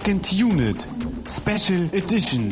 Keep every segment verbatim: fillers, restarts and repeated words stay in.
Second Unit Special Edition.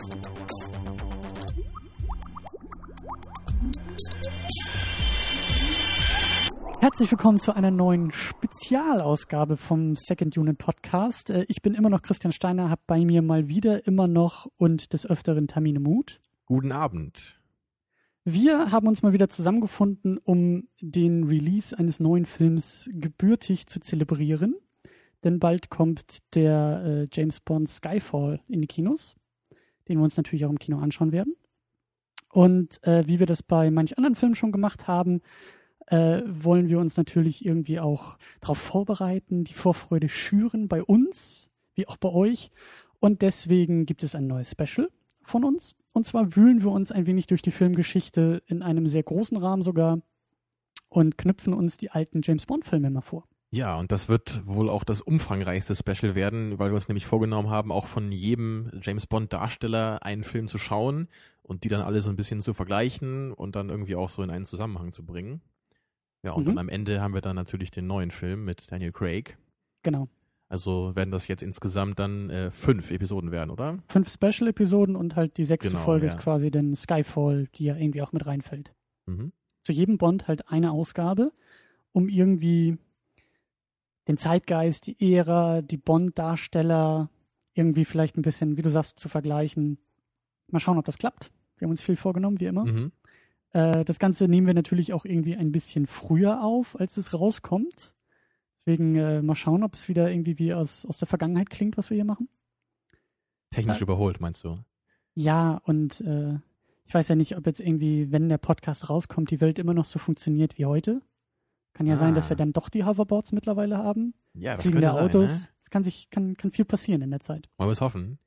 Herzlich willkommen zu einer neuen Spezialausgabe vom Second Unit Podcast. Ich bin immer noch Christian Steiner, habe bei mir mal wieder immer noch und des Öfteren Tamine Muth. Guten Abend. Wir haben uns mal wieder zusammengefunden, um den Release eines neuen Films gebürtig zu zelebrieren. Denn bald kommt der äh, James Bond Skyfall in die Kinos, den wir uns natürlich auch im Kino anschauen werden. Und äh, wie wir das bei manch anderen Filmen schon gemacht haben, äh, wollen wir uns natürlich irgendwie auch darauf vorbereiten, die Vorfreude schüren bei uns, wie auch bei euch. Und deswegen gibt es ein neues Special von uns. Und zwar wühlen wir uns ein wenig durch die Filmgeschichte in einem sehr großen Rahmen sogar und knüpfen uns die alten James-Bond-Filme mal vor. Ja, und das wird wohl auch das umfangreichste Special werden, weil wir uns nämlich vorgenommen haben, auch von jedem James-Bond-Darsteller einen Film zu schauen und die dann alle so ein bisschen zu vergleichen und dann irgendwie auch so in einen Zusammenhang zu bringen. Ja, und mhm. dann am Ende haben wir dann natürlich den neuen Film mit Daniel Craig. Genau. Also werden das jetzt insgesamt dann äh, fünf Episoden werden, oder? Fünf Special-Episoden und halt die sechste Genau, Folge ja. ist quasi dann Skyfall, die ja irgendwie auch mit reinfällt. Mhm. Zu jedem Bond halt eine Ausgabe, um irgendwie den Zeitgeist, die Ära, die Bond-Darsteller irgendwie vielleicht ein bisschen, wie du sagst, zu vergleichen. Mal schauen, ob das klappt. Wir haben uns viel vorgenommen, wie immer. Mhm. Äh, das Ganze nehmen wir natürlich auch irgendwie ein bisschen früher auf, als es rauskommt. Deswegen äh, mal schauen, ob es wieder irgendwie wie aus, aus der Vergangenheit klingt, was wir hier machen. Technisch äh, überholt, meinst du? Ja, und äh, ich weiß ja nicht, ob jetzt irgendwie, wenn der Podcast rauskommt, die Welt immer noch so funktioniert wie heute. Kann ja Ah. sein, dass wir dann doch die Hoverboards mittlerweile haben. Ja, das Fliegende könnte sein, Autos. ne? Es kann sich, kann, kann viel passieren in der Zeit. Wollen wir es hoffen?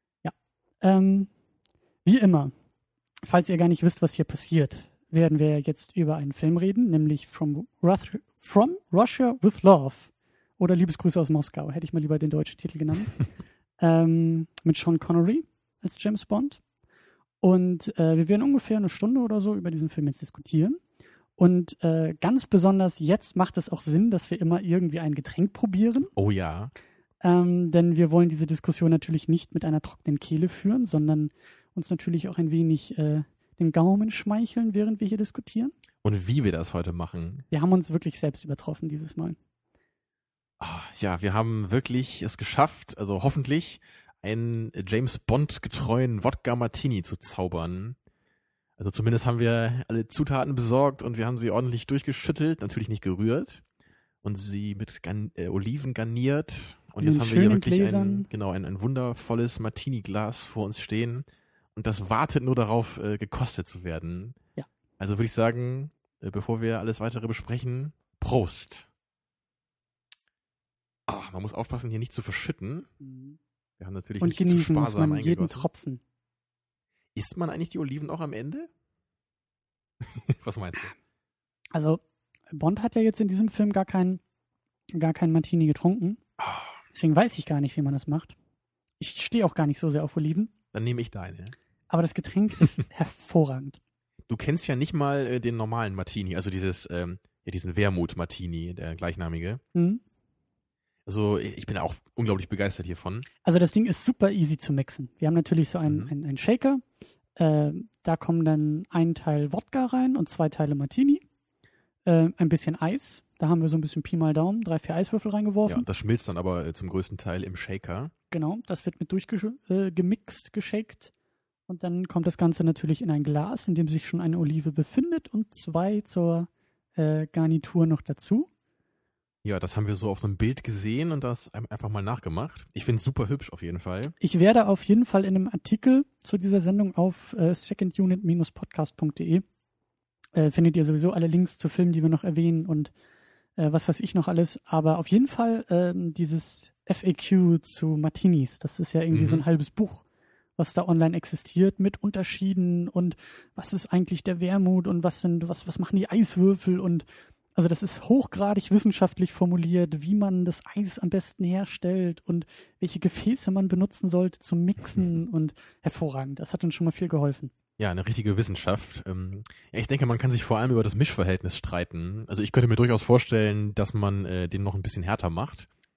Ähm, wie immer, falls ihr gar nicht wisst, was hier passiert, werden wir jetzt über einen Film reden, nämlich From, Ruth- From Russia with Love oder Liebesgrüße aus Moskau, hätte ich mal lieber den deutschen Titel genannt, ähm, mit Sean Connery als James Bond. Und äh, wir werden ungefähr eine Stunde oder so über diesen Film jetzt diskutieren. Und äh, ganz besonders jetzt macht es auch Sinn, dass wir immer irgendwie ein Getränk probieren. Oh ja. Ähm, denn wir wollen diese Diskussion natürlich nicht mit einer trockenen Kehle führen, sondern uns natürlich auch ein wenig äh, den Gaumen schmeicheln, während wir hier diskutieren. Und wie wir das heute machen. Wir haben uns wirklich selbst übertroffen dieses Mal. Oh, ja, wir haben wirklich es geschafft, also hoffentlich einen James Bond getreuen Wodka Martini zu zaubern. Also zumindest haben wir alle Zutaten besorgt und wir haben sie ordentlich durchgeschüttelt, natürlich nicht gerührt und sie mit Gan- äh, Oliven garniert. Und In jetzt den haben wir hier schönen wirklich Gläsern. ein, genau, ein, ein wundervolles Martini-Glas vor uns stehen und das wartet nur darauf, äh, gekostet zu werden. Ja. Also würde ich sagen, äh, bevor wir alles weitere besprechen, Prost. Ah, man muss aufpassen, hier nicht zu verschütten. Wir haben natürlich Und nicht zu genießen muss sparsam man jeden eingegossen. Tropfen. Isst man eigentlich die Oliven auch am Ende? Was meinst du? Also Bond hat ja jetzt in diesem Film gar keinen gar keinen Martini getrunken. Ah, Deswegen weiß ich gar nicht, wie man das macht. Ich stehe auch gar nicht so sehr auf Oliven. dann nehme ich deine. Aber das Getränk ist hervorragend. Du kennst ja nicht mal äh, den normalen Martini, also dieses, ähm, ja, diesen Wermut-Martini, der gleichnamige. Mhm. Also ich bin auch unglaublich begeistert hiervon. Also das Ding ist super easy zu mixen. Wir haben natürlich so einen, Mhm. einen, einen Shaker. Äh, da kommen dann ein Teil Wodka rein und zwei Teile Martini. Äh, ein bisschen Eis. Da haben wir so ein bisschen Pi mal Daumen, drei, vier Eiswürfel Ja, reingeworfen. das schmilzt dann aber äh, zum größten Teil im Shaker. Genau, das wird mit durchgemixt, äh, gemixt, geshakt. Und dann kommt das Ganze natürlich in ein Glas, in dem sich schon eine Olive befindet und zwei zur äh, Garnitur noch dazu. Ja, das haben wir so auf so einem Bild gesehen und das ein- einfach mal nachgemacht. Ich finde es super hübsch auf jeden Fall. Ich werde auf jeden Fall in einem Artikel zu dieser Sendung auf äh, second unit dash podcast punkt de äh, findet ihr sowieso alle Links zu Filmen, die wir noch erwähnen und äh, was weiß ich noch alles. Aber auf jeden Fall ähm, dieses F A Q zu Martinis, das ist ja irgendwie Mhm. so ein halbes Buch, was da online existiert mit Unterschieden und was ist eigentlich der Wermut und was sind, was, was machen die Eiswürfel und also das ist hochgradig wissenschaftlich formuliert, wie man das Eis am besten herstellt und welche Gefäße man benutzen sollte zum Mixen und hervorragend. Das hat uns schon mal viel geholfen. Ja, eine richtige Wissenschaft. Ähm, ja, ich denke, man kann sich vor allem über das Mischverhältnis streiten. Also ich könnte mir durchaus vorstellen, dass man äh, den noch ein bisschen härter macht.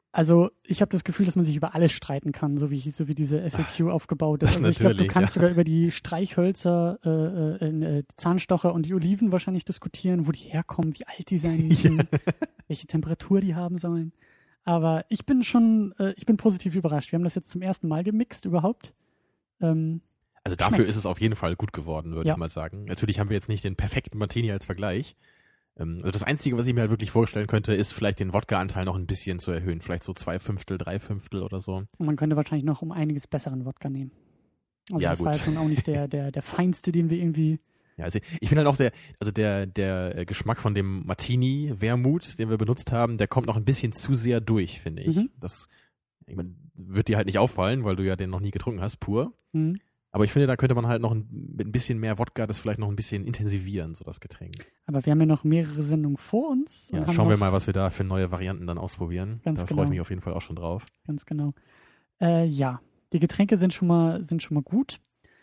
Also ich habe das Gefühl, dass man sich über alles streiten kann, so wie so wie diese F A Q aufgebaut ist. Das Also ich glaube, du natürlich, kannst ja. sogar über die Streichhölzer, äh, äh, äh, Zahnstocher und die Oliven wahrscheinlich diskutieren, wo die herkommen, wie alt die sein müssen, welche Temperatur die haben sollen. Aber ich bin schon, äh, ich bin positiv überrascht. Wir haben das jetzt zum ersten Mal gemixt überhaupt. Ähm, Also dafür Schmeckt. ist es auf jeden Fall gut geworden, würde Ja. ich mal sagen. Natürlich haben wir jetzt nicht den perfekten Martini als Vergleich. Ähm, also das Einzige, was ich mir halt wirklich vorstellen könnte, ist vielleicht den Wodka-Anteil noch ein bisschen zu erhöhen. Vielleicht so zwei Fünftel, drei Fünftel oder so. und man könnte wahrscheinlich noch um einiges besseren Wodka nehmen. Also Ja, das war gut. jetzt nun auch nicht der, der, der feinste, den wir irgendwie. Ja, also ich finde halt auch der, also der, der äh, Geschmack von dem Martini Wermut, den wir benutzt haben, der kommt noch ein bisschen zu sehr durch, finde ich. Mhm. Das ich mein, wird dir halt nicht auffallen, weil du ja den noch nie getrunken hast, pur. Hm. Aber ich finde, da könnte man halt noch ein, mit ein bisschen mehr Wodka das vielleicht noch ein bisschen intensivieren, so das Getränk. Aber wir haben ja noch mehrere Sendungen vor uns. und Ja, haben schauen wir noch, mal, was wir da für neue Varianten dann ausprobieren. Ganz da freue genau. ich mich auf jeden Fall auch schon drauf. Ganz genau. Äh, ja, die Getränke sind schon mal, sind schon mal gut.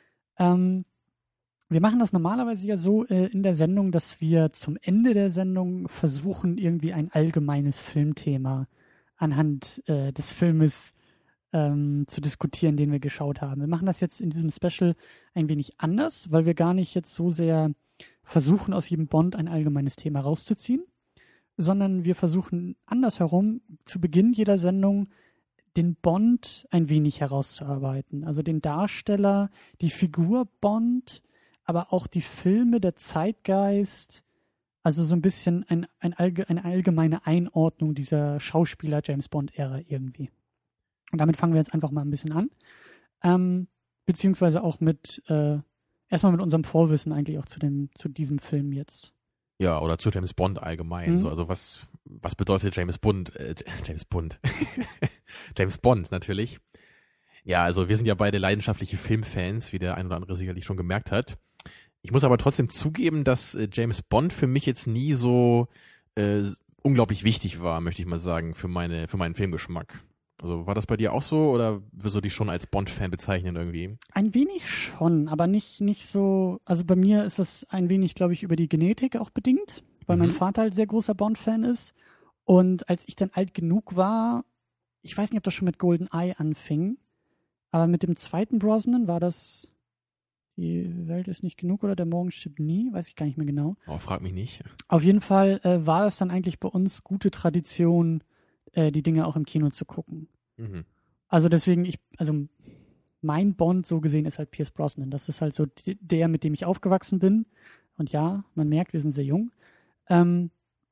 Ähm, wir machen das normalerweise ja so äh, in der Sendung, dass wir zum Ende der Sendung versuchen, irgendwie ein allgemeines Filmthema anhand äh, des Filmes ähm, zu diskutieren, den wir geschaut haben. Wir machen das jetzt in diesem Special ein wenig anders, weil wir gar nicht jetzt so sehr versuchen, aus jedem Bond ein allgemeines Thema rauszuziehen, sondern wir versuchen andersherum zu Beginn jeder Sendung den Bond ein wenig herauszuarbeiten. Also den Darsteller, die Figur Bond, aber auch die Filme, der Zeitgeist, also so ein bisschen ein, ein allge, eine allgemeine Einordnung dieser Schauspieler-James-Bond-Ära irgendwie. Und damit fangen wir jetzt einfach mal ein bisschen an. Ähm, beziehungsweise auch mit, äh, erstmal mit unserem Vorwissen eigentlich auch zu, dem, zu diesem Film jetzt. Ja, oder zu James Bond allgemein. Mhm. So, also was, was bedeutet James Bond? Äh, James Bond. James Bond natürlich. Ja, also wir sind ja beide leidenschaftliche Filmfans, wie der ein oder andere sicherlich schon gemerkt hat. Ich muss aber trotzdem zugeben, dass äh, James Bond für mich jetzt nie so äh, unglaublich wichtig war, möchte ich mal sagen, für meine, für meinen Filmgeschmack. Also war das bei dir auch so oder würdest du dich schon als Bond-Fan bezeichnen irgendwie? Ein wenig schon, aber nicht, nicht so, also bei mir ist das ein wenig, glaube ich, über die Genetik auch bedingt, weil Mhm. mein Vater halt sehr großer Bond-Fan ist. Und als ich dann alt genug war, ich weiß nicht, ob das schon mit GoldenEye anfing, aber mit dem zweiten Brosnan war das Die Welt ist nicht genug oder Der Morgen stirbt nie, weiß ich gar nicht mehr genau. Oh, frag mich nicht. Auf jeden Fall äh, war das dann eigentlich bei uns gute Tradition, äh, die Dinge auch im Kino zu gucken. Mhm. Also deswegen, ich, also mein Bond so gesehen ist halt Pierce Brosnan. Das ist halt so die, der, mit dem ich aufgewachsen bin. Und ja, man merkt, wir sind sehr jung. Ähm,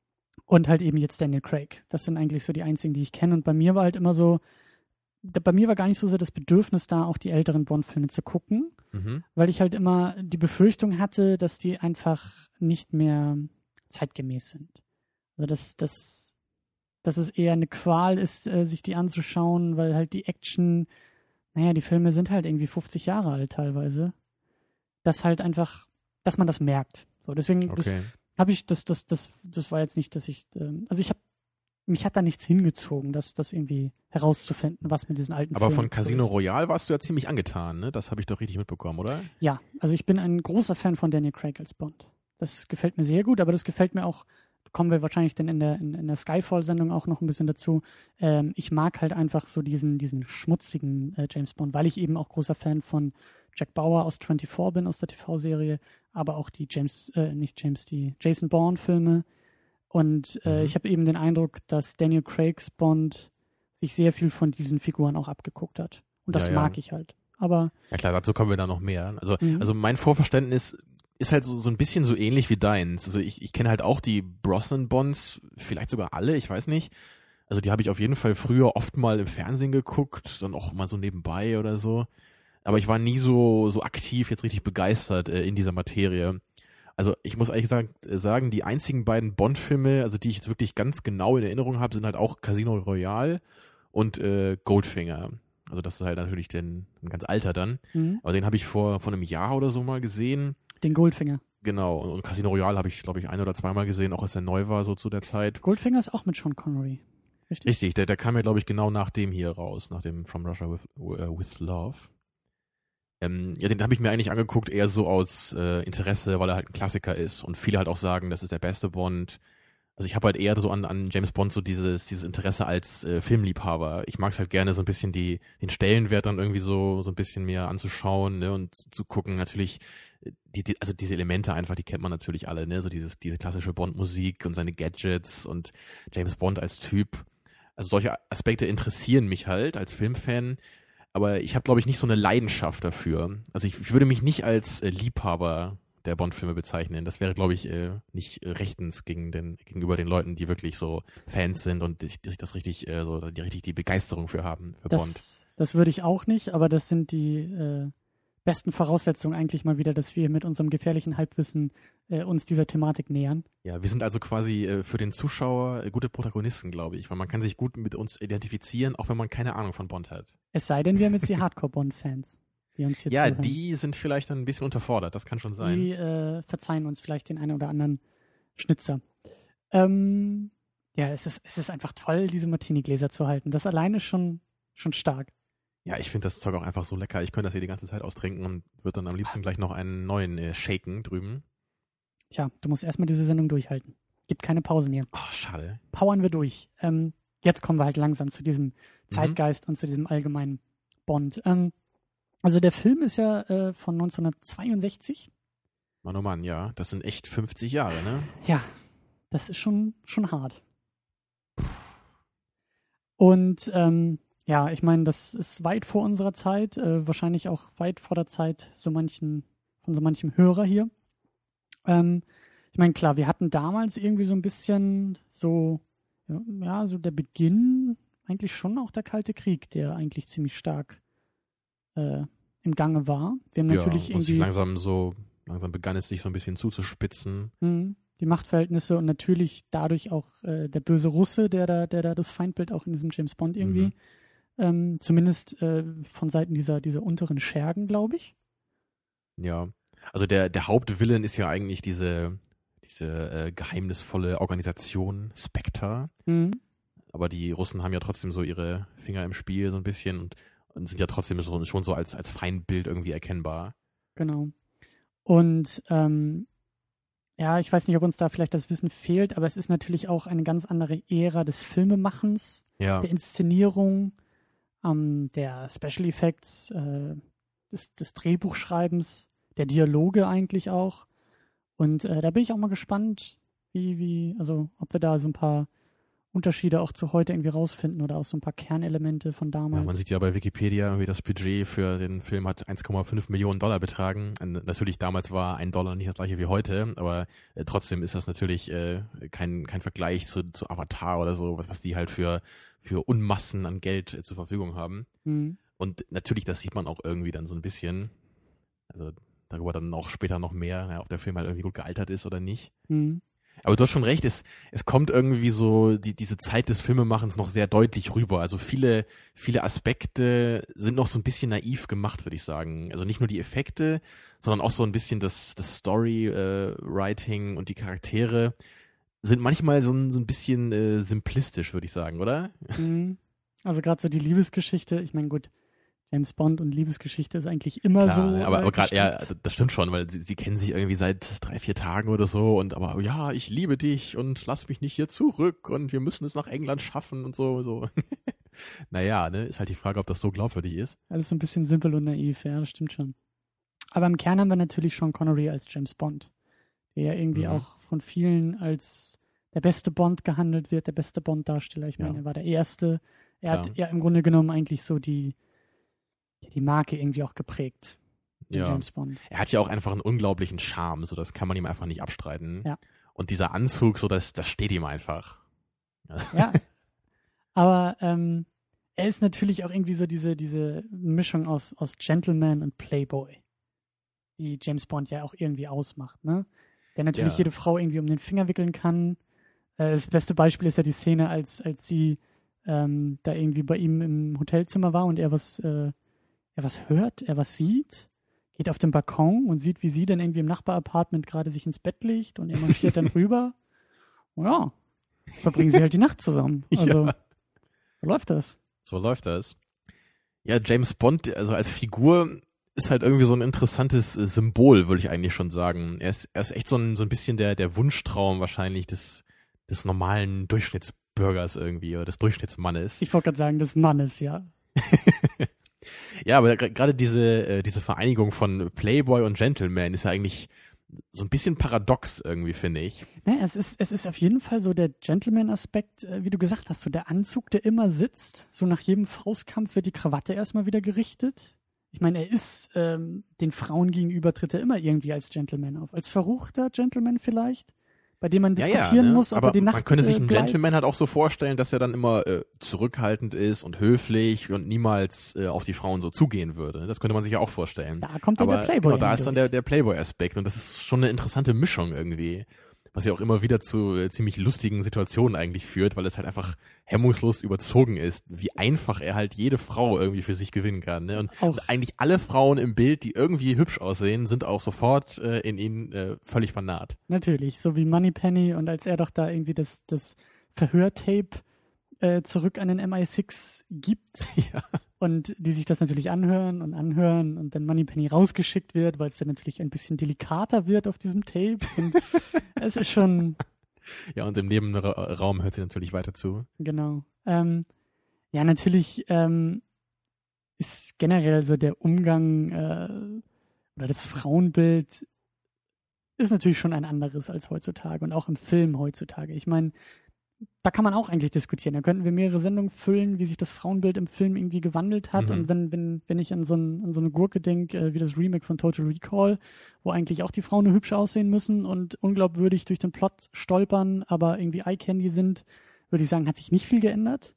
und halt eben jetzt Daniel Craig. Das sind eigentlich so die einzigen, die ich kenne. Und bei mir war halt immer so, da, bei mir war gar nicht so sehr das Bedürfnis da, auch die älteren Bond-Filme zu gucken, Mhm. weil ich halt immer die Befürchtung hatte, dass die einfach nicht mehr zeitgemäß sind. Also dass, dass, dass es eher eine Qual ist, äh, sich die anzuschauen, weil halt die Action, naja, die Filme sind halt irgendwie fünfzig Jahre alt teilweise. Dass halt einfach, dass man das merkt. So, deswegen Okay. habe ich, das, das, das, das war jetzt nicht, dass ich, ähm, also ich habe, mich hat da nichts hingezogen, das, das irgendwie herauszufinden, was mit diesen alten Aber Filmen von Casino so ist. Royale warst du ja ziemlich angetan, ne? Das habe ich doch richtig mitbekommen, oder? Ja, also ich bin ein großer Fan von Daniel Craig als Bond. Das gefällt mir sehr gut, aber das gefällt mir auch, kommen wir wahrscheinlich dann in der, in, in der Skyfall-Sendung auch noch ein bisschen dazu. Ähm, ich mag halt einfach so diesen, diesen schmutzigen äh, James Bond, weil ich eben auch großer Fan von Jack Bauer aus vierundzwanzig bin, aus der T V-Serie, aber auch die James, äh, nicht James, die Jason Bourne-Filme. Und äh, Mhm. ich habe eben den Eindruck, dass Daniel Craigs Bond sich sehr viel von diesen Figuren auch abgeguckt hat. Und das Ja, ja. mag ich halt. Aber Ja klar, dazu kommen wir dann noch mehr. Also, Mhm. also mein Vorverständnis ist halt so, so ein bisschen so ähnlich wie deins. Also ich, ich kenne halt auch die Brosnan-Bonds, vielleicht sogar alle, ich weiß nicht. Also die habe ich auf jeden Fall früher oft mal im Fernsehen geguckt, dann auch mal so nebenbei oder so. Aber ich war nie so, so aktiv, jetzt richtig begeistert äh, in dieser Materie. Also ich muss ehrlich gesagt sagen, die einzigen beiden Bond-Filme, also die ich jetzt wirklich ganz genau in Erinnerung habe, sind halt auch Casino Royale und äh, Goldfinger. Also das ist halt natürlich den, ein ganz alter dann. mhm. Aber den habe ich vor, vor einem Jahr oder so mal gesehen. den Goldfinger. Genau. Und, und Casino Royale habe ich, glaube ich, ein oder zweimal gesehen, auch als er neu war, so zu der Zeit. Goldfinger ist auch mit Sean Connery. Richtig? Richtig, der, der kam ja, glaube ich, genau nach dem hier raus, nach dem From Russia with, uh, with Love. Ähm, ja, den habe ich mir eigentlich angeguckt, eher so aus äh, Interesse, weil er halt ein Klassiker ist. Und viele halt auch sagen, das ist der beste Bond. Also ich habe halt eher so an, an James Bond so dieses, dieses Interesse als äh, Filmliebhaber. Ich mag es halt gerne so ein bisschen die, den Stellenwert dann irgendwie so, so ein bisschen mehr anzuschauen, ne, und zu, zu gucken. Natürlich, die, die, also diese Elemente einfach, die kennt man natürlich alle, ne, so dieses, diese klassische Bond-Musik und seine Gadgets und James Bond als Typ. Also solche Aspekte interessieren mich halt als Filmfan, aber ich habe, glaube ich, nicht so eine Leidenschaft dafür. Also ich, ich würde mich nicht als äh, Liebhaber der Bond-Filme bezeichnen. Das wäre, glaube ich, äh, nicht äh, rechtens gegen den, gegenüber den Leuten, die wirklich so Fans sind und die, die sich das richtig, äh, so, die richtig die Begeisterung für haben, für das, Bond. Das würde ich auch nicht, aber das sind die äh, besten Voraussetzungen eigentlich mal wieder, dass wir mit unserem gefährlichen Halbwissen äh, uns dieser Thematik nähern. Ja, wir sind also quasi äh, für den Zuschauer äh, gute Protagonisten, glaube ich, weil man kann sich gut mit uns identifizieren, auch wenn man keine Ahnung von Bond hat. Es sei denn, wir haben jetzt die Hardcore-Bond-Fans. Die uns hier ja, zuhören. Die sind vielleicht dann ein bisschen unterfordert, das kann schon sein. Die äh, verzeihen uns vielleicht den einen oder anderen Schnitzer. Ähm, ja, es ist, es ist einfach toll, diese Martini-Gläser zu halten. Das alleine ist schon, schon stark. Ja, ich finde das Zeug auch einfach so lecker. Ich könnte das hier die ganze Zeit austrinken und würde dann am liebsten gleich noch einen neuen äh, shaken drüben. Tja, du musst erstmal diese Sendung durchhalten. Gibt keine Pausen hier. Oh, schade. Powern wir durch. Ähm, jetzt kommen wir halt langsam zu diesem Zeitgeist mhm. und zu diesem allgemeinen Bond. Ähm, Also der Film ist ja äh, von neunzehnhundertzweiundsechzig. Mann, oh Mann, ja. Das sind echt fünfzig Jahre, ne? Ja, das ist schon, schon hart. Und ähm, ja, ich meine, das ist weit vor unserer Zeit, äh, wahrscheinlich auch weit vor der Zeit so manchen, von so manchem Hörer hier. Ähm, ich meine, klar, wir hatten damals irgendwie so ein bisschen so, ja, so der Beginn, eigentlich schon auch der Kalte Krieg, der eigentlich ziemlich stark äh, im Gange war. Wir haben ja, natürlich und irgendwie langsam so, langsam begann es sich so ein bisschen zuzuspitzen. Mh, die Machtverhältnisse und natürlich dadurch auch äh, der böse Russe, der da, der da das Feindbild auch in diesem James Bond irgendwie, mhm. ähm, zumindest äh, von Seiten dieser, dieser unteren Schergen, glaube ich. Ja, also der, der Hauptvillain ist ja eigentlich diese, diese äh, geheimnisvolle Organisation Spectre. Mhm. Aber die Russen haben ja trotzdem so ihre Finger im Spiel so ein bisschen und und sind ja trotzdem so, schon so als, als Feindbild irgendwie erkennbar. Genau. Und ähm, ja, ich weiß nicht, ob uns da vielleicht das Wissen fehlt, aber es ist natürlich auch eine ganz andere Ära des Filmemachens, ja. der Inszenierung, ähm, der Special Effects, äh, des, des Drehbuchschreibens, der Dialoge eigentlich auch. Und äh, da bin ich auch mal gespannt, wie, wie, also ob wir da so ein paar Unterschiede auch zu heute irgendwie rausfinden oder auch so ein paar Kernelemente von damals. Ja, man sieht ja bei Wikipedia irgendwie, das Budget für den Film hat eins Komma fünf Millionen Dollar betragen. Und natürlich damals war ein Dollar nicht das gleiche wie heute, aber äh, trotzdem ist das natürlich äh, kein kein Vergleich zu, zu Avatar oder so, was, was die halt für für Unmassen an Geld äh, zur Verfügung haben. Mhm. Und natürlich, das sieht man auch irgendwie dann so ein bisschen. Also darüber dann auch später noch mehr, ja, ob der Film halt irgendwie gut gealtert ist oder nicht. Mhm. Aber du hast schon recht, es, es kommt irgendwie so die, diese Zeit des Filmemachens noch sehr deutlich rüber. Also viele, viele Aspekte sind noch so ein bisschen naiv gemacht, würde ich sagen. Also nicht nur die Effekte, sondern auch so ein bisschen das, das Story-Writing äh, und die Charaktere sind manchmal so ein, so ein bisschen äh, simplistisch, würde ich sagen, oder? Also gerade so die Liebesgeschichte, ich meine, gut, James Bond und Liebesgeschichte ist eigentlich immer Klar, so. Aber, äh, aber gerade, ja, das stimmt schon, weil sie, sie kennen sich irgendwie seit drei, vier Tagen oder so und aber ja, ich liebe dich und lass mich nicht hier zurück und wir müssen es nach England schaffen und so. so. Naja, ne, ist halt die Frage, ob das so glaubwürdig ist. Alles so ein bisschen simpel und naiv, ja, das stimmt schon. Aber im Kern haben wir natürlich Sean Connery als James Bond, der ja irgendwie mhm. auch von vielen als der beste Bond gehandelt wird, der beste Bond-Darsteller. Ich meine, ja. er war der Erste. Er Klar. hat ja im Grunde genommen eigentlich so die die Marke irgendwie auch geprägt. Ja. James Bond. Er hat ja auch einfach einen unglaublichen Charme, so das kann man ihm einfach nicht abstreiten. Ja. Und dieser Anzug, so das, das steht ihm einfach. Ja. Aber ähm, er ist natürlich auch irgendwie so diese, diese Mischung aus, aus Gentleman und Playboy, die James Bond ja auch irgendwie ausmacht, ne? Der natürlich ja. jede Frau irgendwie um den Finger wickeln kann. Äh, das beste Beispiel ist ja die Szene, als, als sie ähm, da irgendwie bei ihm im Hotelzimmer war und er was äh, er was hört, er was sieht, geht auf den Balkon und sieht, wie sie dann irgendwie im Nachbarapartment gerade sich ins Bett legt und er marschiert dann rüber. Und ja, verbringen sie halt die Nacht zusammen. Also, ja. so läuft das. So läuft das. Ja, James Bond, also als Figur, ist halt irgendwie so ein interessantes äh, Symbol, würde ich eigentlich schon sagen. Er ist, er ist echt so ein, so ein bisschen der, der Wunschtraum wahrscheinlich des, des normalen Durchschnittsbürgers irgendwie oder des Durchschnittsmannes. Ich wollte gerade sagen, des Mannes, ja. Ja, aber gerade diese, äh, diese Vereinigung von Playboy und Gentleman ist ja eigentlich so ein bisschen paradox irgendwie, finde ich. Ne, es ist, es ist auf jeden Fall so der Gentleman-Aspekt, äh, wie du gesagt hast, so der Anzug, der immer sitzt. So nach jedem Faustkampf wird die Krawatte erstmal wieder gerichtet. Ich meine, er ist ähm, den Frauen gegenüber, tritt er immer irgendwie als Gentleman auf. Als verruchter Gentleman vielleicht, bei dem man diskutieren ja, ja, ne? muss, ob aber er die Nacht man könnte sich äh, einen bleibt. Gentleman halt auch so vorstellen, dass er dann immer äh, zurückhaltend ist und höflich und niemals äh, auf die Frauen so zugehen würde. Das könnte man sich ja auch vorstellen. Da kommt dann aber der Playboy genau, da durch. ist dann der, der Playboy-Aspekt und das ist schon eine interessante Mischung irgendwie, was ja auch immer wieder zu äh, ziemlich lustigen Situationen eigentlich führt, weil es halt einfach hemmungslos überzogen ist, wie einfach er halt jede Frau irgendwie für sich gewinnen kann. Ne? Und, Auch- und eigentlich alle Frauen im Bild, die irgendwie hübsch aussehen, sind auch sofort äh, in ihn äh, völlig vernarrt. Natürlich, so wie Moneypenny und als er doch da irgendwie das, das Verhörtape äh, zurück an den M I sechs gibt Ja. und die sich das natürlich anhören und anhören und dann Moneypenny rausgeschickt wird, weil es dann natürlich ein bisschen delikater wird auf diesem Tape und es ist schon, Ja, und im Nebenraum hört sie natürlich weiter zu. genau. Ähm, ja, natürlich ähm, ist generell so der Umgang äh, oder das Frauenbild ist natürlich schon ein anderes als heutzutage und auch im Film heutzutage. Ich meine, da kann man auch eigentlich diskutieren. Da könnten wir mehrere Sendungen füllen, wie sich das Frauenbild im Film irgendwie gewandelt hat. Mhm. Und wenn, wenn, wenn ich an so, ein, an so eine Gurke denke, äh, wie das Remake von Total Recall, wo eigentlich auch die Frauen nur hübsch aussehen müssen und unglaubwürdig durch den Plot stolpern, aber irgendwie Eye-Candy sind, würde ich sagen, hat sich nicht viel geändert.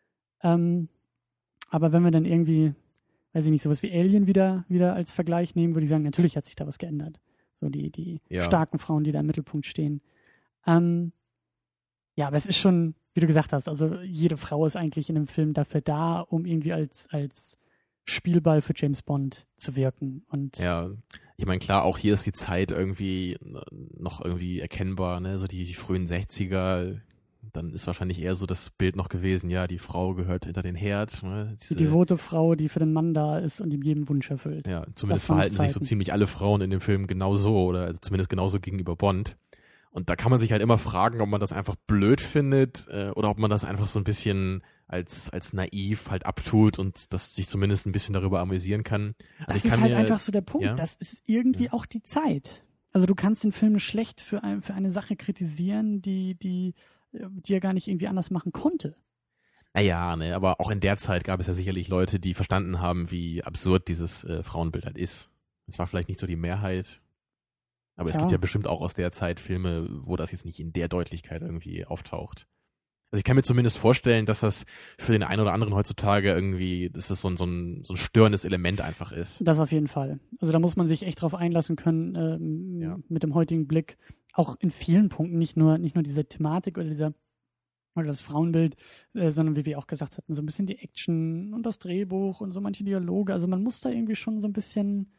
Ähm, aber wenn wir dann irgendwie, weiß ich nicht, sowas wie Alien wieder, wieder als Vergleich nehmen, würde ich sagen, natürlich hat sich da was geändert. So die, die Ja. starken Frauen, die da im Mittelpunkt stehen. Ähm, ja, aber es ist schon, wie du gesagt hast, also jede Frau ist eigentlich in dem Film dafür da, um irgendwie als, als Spielball für James Bond zu wirken. Und Ja, ich meine, klar, auch hier ist die Zeit irgendwie noch irgendwie erkennbar, ne, so die, die frühen sechziger, dann ist wahrscheinlich eher so das Bild noch gewesen, ja, die Frau gehört hinter den Herd, ne, die diese, devote Frau, die für den Mann da ist und ihm jeden Wunsch erfüllt. ja, zumindest Das waren verhalten sich so Zeiten. ziemlich alle Frauen in dem Film genauso oder also zumindest genauso gegenüber Bond. Und da kann man sich halt immer fragen, ob man das einfach blöd findet äh, oder ob man das einfach so ein bisschen als als naiv halt abtut und das sich zumindest ein bisschen darüber amüsieren kann. Also Das ich ist kann halt mir, einfach so der Punkt. ja. Das ist irgendwie Ja. auch die Zeit. Also du kannst den Film schlecht für, ein, für eine Sache kritisieren, die, die, die er gar nicht irgendwie anders machen konnte. Naja, ne, aber auch in der Zeit gab es ja sicherlich Leute, die verstanden haben, wie absurd dieses äh, Frauenbild halt ist. Es war vielleicht nicht so die Mehrheit, aber es Ja. gibt ja bestimmt auch aus der Zeit Filme, wo das jetzt nicht in der Deutlichkeit irgendwie auftaucht. Also ich kann mir zumindest vorstellen, dass das für den einen oder anderen heutzutage irgendwie, dass das so ein, so ein, so ein störendes Element einfach ist. Das auf jeden Fall. Also da muss man sich echt drauf einlassen können ähm, Ja. mit dem heutigen Blick. Auch in vielen Punkten, nicht nur, nicht nur diese Thematik oder dieser oder das Frauenbild, äh, sondern wie wir auch gesagt hatten, so ein bisschen die Action und das Drehbuch und so manche Dialoge. Also man muss da irgendwie schon so ein bisschen,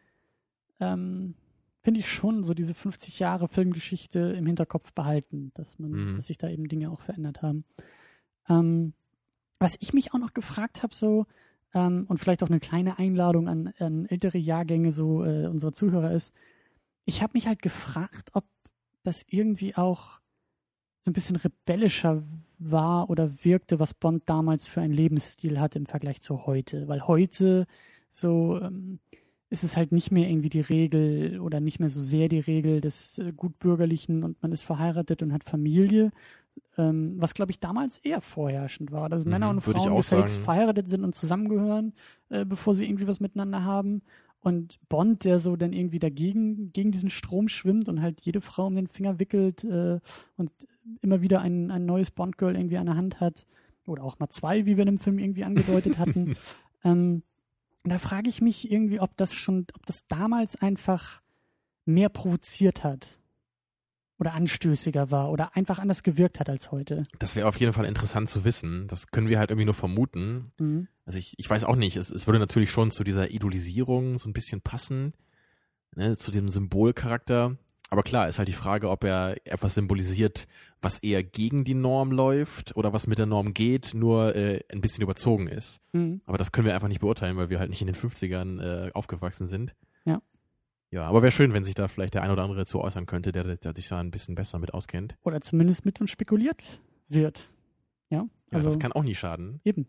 ähm, finde ich schon, so diese fünfzig Jahre Filmgeschichte im Hinterkopf behalten, dass man, Mhm. dass sich da eben Dinge auch verändert haben. Ähm, was ich mich auch noch gefragt habe, so, ähm, und vielleicht auch eine kleine Einladung an, an ältere Jahrgänge so äh, unserer Zuhörer ist, ich habe mich halt gefragt, ob das irgendwie auch so ein bisschen rebellischer war oder wirkte, was Bond damals für einen Lebensstil hatte im Vergleich zu heute. Weil heute so ähm, ist es halt nicht mehr irgendwie die Regel oder nicht mehr so sehr die Regel des äh, Gutbürgerlichen und man ist verheiratet und hat Familie, ähm, was glaube ich damals eher vorherrschend war, dass Mhm, Männer und würde ich Frauen auch gefälligst sagen. verheiratet sind und zusammengehören, äh, bevor sie irgendwie was miteinander haben. Und Bond, der so dann irgendwie dagegen, gegen diesen Strom schwimmt und halt jede Frau um den Finger wickelt äh, und immer wieder ein, ein neues Bond-Girl irgendwie an der Hand hat. Oder auch mal zwei, wie wir in dem Film irgendwie angedeutet hatten. ähm, da frage ich mich irgendwie, ob das schon, ob das damals einfach mehr provoziert hat. Oder anstößiger war oder einfach anders gewirkt hat als heute. Das wäre auf jeden Fall interessant zu wissen. Das können wir halt irgendwie nur vermuten. Mhm. Also ich, ich weiß auch nicht, es, es würde natürlich schon zu dieser Idolisierung so ein bisschen passen, ne, zu dem Symbolcharakter. Aber klar, ist halt die Frage, ob er etwas symbolisiert, was eher gegen die Norm läuft oder was mit der Norm geht, nur äh, ein bisschen überzogen ist. Mhm. Aber das können wir einfach nicht beurteilen, weil wir halt nicht in den fünfzigern äh, aufgewachsen sind. Ja. Ja, aber wäre schön, wenn sich da vielleicht der ein oder andere zu äußern könnte, der, der sich da ein bisschen besser mit auskennt. Oder zumindest mit uns spekuliert wird. Ja, also ja, das kann auch nie schaden. Eben.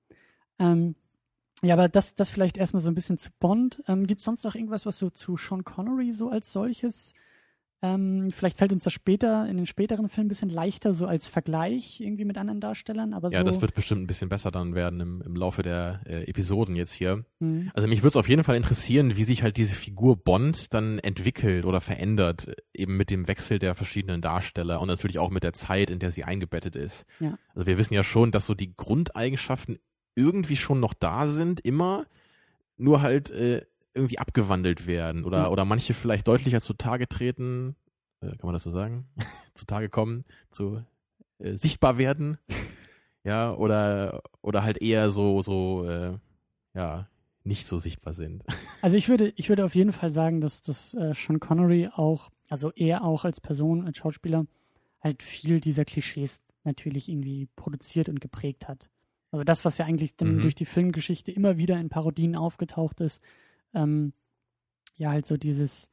Ähm, ja, aber das, das vielleicht erstmal so ein bisschen zu Bond. Ähm, gibt es sonst noch irgendwas, was so zu Sean Connery so als solches, ähm, vielleicht fällt uns das später, in den späteren Filmen ein bisschen leichter, so als Vergleich irgendwie mit anderen Darstellern, aber Ja, so. das wird bestimmt ein bisschen besser dann werden im, im Laufe der äh, Episoden jetzt hier. Mhm. Also mich würde es auf jeden Fall interessieren, wie sich halt diese Figur Bond dann entwickelt oder verändert, eben mit dem Wechsel der verschiedenen Darsteller und natürlich auch mit der Zeit, in der sie eingebettet ist. Ja. Also wir wissen ja schon, dass so die Grundeigenschaften irgendwie schon noch da sind, immer, nur halt äh, irgendwie abgewandelt werden oder, ja. oder manche vielleicht deutlicher zutage treten, äh, kann man das so sagen, zutage kommen, zu äh, sichtbar werden, ja, oder oder halt eher so, so, äh, ja, nicht so sichtbar sind. Also ich würde, ich würde auf jeden Fall sagen, dass das äh, Sean Connery auch, also er auch als Person, als Schauspieler, halt viel dieser Klischees natürlich irgendwie produziert und geprägt hat. Also das, was ja eigentlich dann Mhm. durch die Filmgeschichte immer wieder in Parodien aufgetaucht ist, ähm, ja, halt so dieses,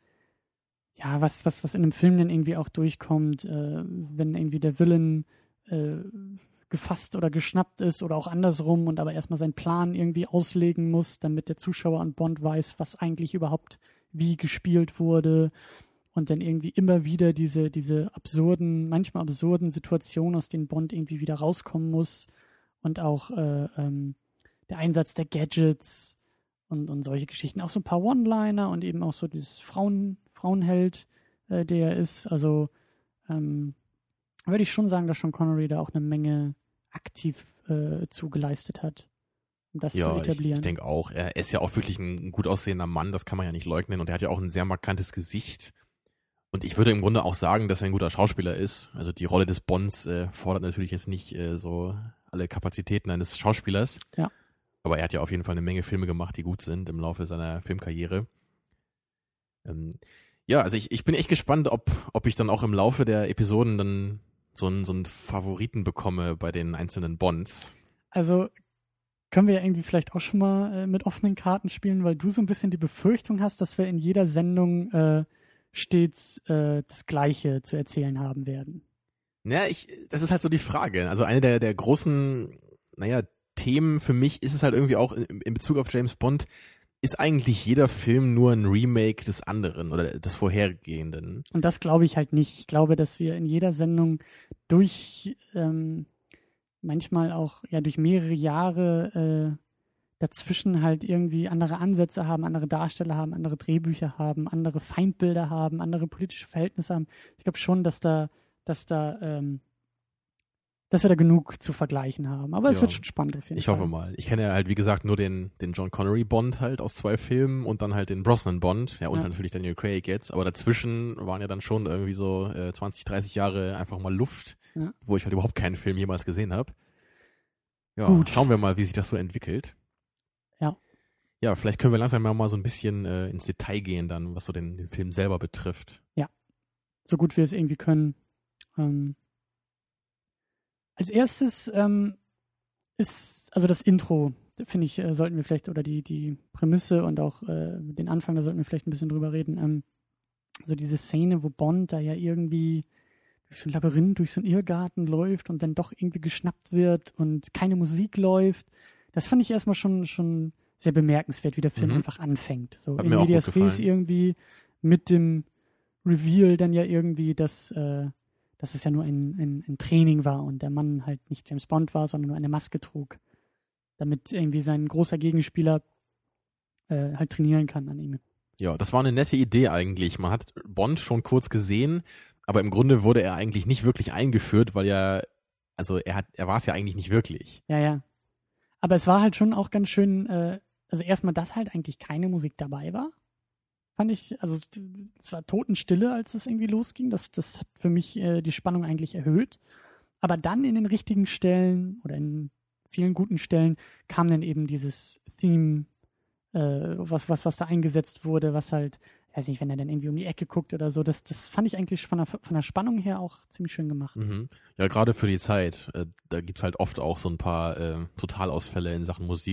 ja, was, was, was in einem Film dann irgendwie auch durchkommt, äh, wenn irgendwie der Villain äh, gefasst oder geschnappt ist oder auch andersrum und aber erstmal seinen Plan irgendwie auslegen muss, damit der Zuschauer an Bond weiß, was eigentlich überhaupt wie gespielt wurde und dann irgendwie immer wieder diese, diese absurden, manchmal absurden Situationen, aus denen Bond irgendwie wieder rauskommen muss und auch äh, ähm, der Einsatz der Gadgets und, und solche Geschichten. Auch so ein paar One-Liner und eben auch so dieses Frauen, Frauenheld, äh, der er ist. Also ähm, würde ich schon sagen, dass Sean Connery da auch eine Menge aktiv äh, zugeleistet hat, um das Ja, zu ich, etablieren. ich denke auch. Er ist ja auch wirklich ein gut aussehender Mann, das kann man ja nicht leugnen. Und er hat ja auch ein sehr markantes Gesicht. Und ich würde im Grunde auch sagen, dass er ein guter Schauspieler ist. Also die Rolle des Bonds äh, fordert natürlich jetzt nicht äh, so alle Kapazitäten eines Schauspielers. Ja. Aber er hat ja auf jeden Fall eine Menge Filme gemacht, die gut sind im Laufe seiner Filmkarriere. Ähm, ja, also ich, ich bin echt gespannt, ob, ob ich dann auch im Laufe der Episoden dann so einen, so einen Favoriten bekomme bei den einzelnen Bonds. Also können wir ja irgendwie vielleicht auch schon mal äh, mit offenen Karten spielen, weil du so ein bisschen die Befürchtung hast, dass wir in jeder Sendung äh, stets äh, das Gleiche zu erzählen haben werden. Ja, ich, das ist halt so die Frage. Also eine der, der großen, naja, Themen für mich ist es halt irgendwie auch in, in Bezug auf James Bond, ist eigentlich jeder Film nur ein Remake des anderen oder des vorhergehenden. Und das glaube ich halt nicht. Ich glaube, dass wir in jeder Sendung durch ähm, manchmal auch ja durch mehrere Jahre äh, dazwischen halt irgendwie andere Ansätze haben, andere Darsteller haben, andere Drehbücher haben, andere Feindbilder haben, andere politische Verhältnisse haben. Ich glaube schon, dass da, dass da, ähm, dass wir da genug zu vergleichen haben. Aber es Ja. wird schon spannend auf jeden Ich Fall. hoffe mal. Ich kenne ja halt, wie gesagt, nur den, den John Connery Bond halt aus zwei Filmen und dann halt den Brosnan Bond. Ja, und Ja. dann natürlich Daniel Craig jetzt. Aber dazwischen waren ja dann schon irgendwie so äh, zwanzig, dreißig Jahre einfach mal Luft, Ja. wo ich halt überhaupt keinen Film jemals gesehen habe. Ja, Gut. schauen wir mal, wie sich das so entwickelt. Ja. Ja, vielleicht können wir langsam mal so ein bisschen äh, ins Detail gehen dann, was so den, den Film selber betrifft. So gut wir es irgendwie können. Ähm, als erstes ähm, ist, also das Intro, finde ich, äh, sollten wir vielleicht, oder die, die Prämisse und auch äh, den Anfang, da sollten wir vielleicht ein bisschen drüber reden. Ähm, also diese Szene, wo Bond da ja irgendwie durch so ein Labyrinth, durch so einen Irrgarten läuft und dann doch irgendwie geschnappt wird und keine Musik läuft. Das fand ich erstmal schon, schon sehr bemerkenswert, wie der Film Mhm. einfach anfängt. So Hat in mir auch medias gut res gefallen. irgendwie mit dem Reveal dann ja irgendwie, dass, äh, dass es ja nur ein, ein, ein Training war und der Mann halt nicht James Bond war, sondern nur eine Maske trug, damit irgendwie sein großer Gegenspieler äh, halt trainieren kann an ihm. Ja, das war eine nette Idee eigentlich. Man hat Bond schon kurz gesehen, aber im Grunde wurde er eigentlich nicht wirklich eingeführt, weil ja, also er hat, er war es ja eigentlich nicht wirklich. Ja, ja. Aber es war halt schon auch ganz schön, äh, also erstmal, dass halt eigentlich keine Musik dabei war. Fand ich, also es war Totenstille, als es irgendwie losging. Das, das hat für mich äh, die Spannung eigentlich erhöht. Aber dann in den richtigen Stellen oder in vielen guten Stellen kam dann eben dieses Theme, äh, was, was, was da eingesetzt wurde, was halt, weiß nicht, wenn er dann irgendwie um die Ecke guckt oder so, das, das fand ich eigentlich von der, von der Spannung her auch ziemlich schön gemacht. Mhm. Ja, gerade für die Zeit. Äh, da gibt's halt oft auch so ein paar äh, Totalausfälle in Sachen Musik.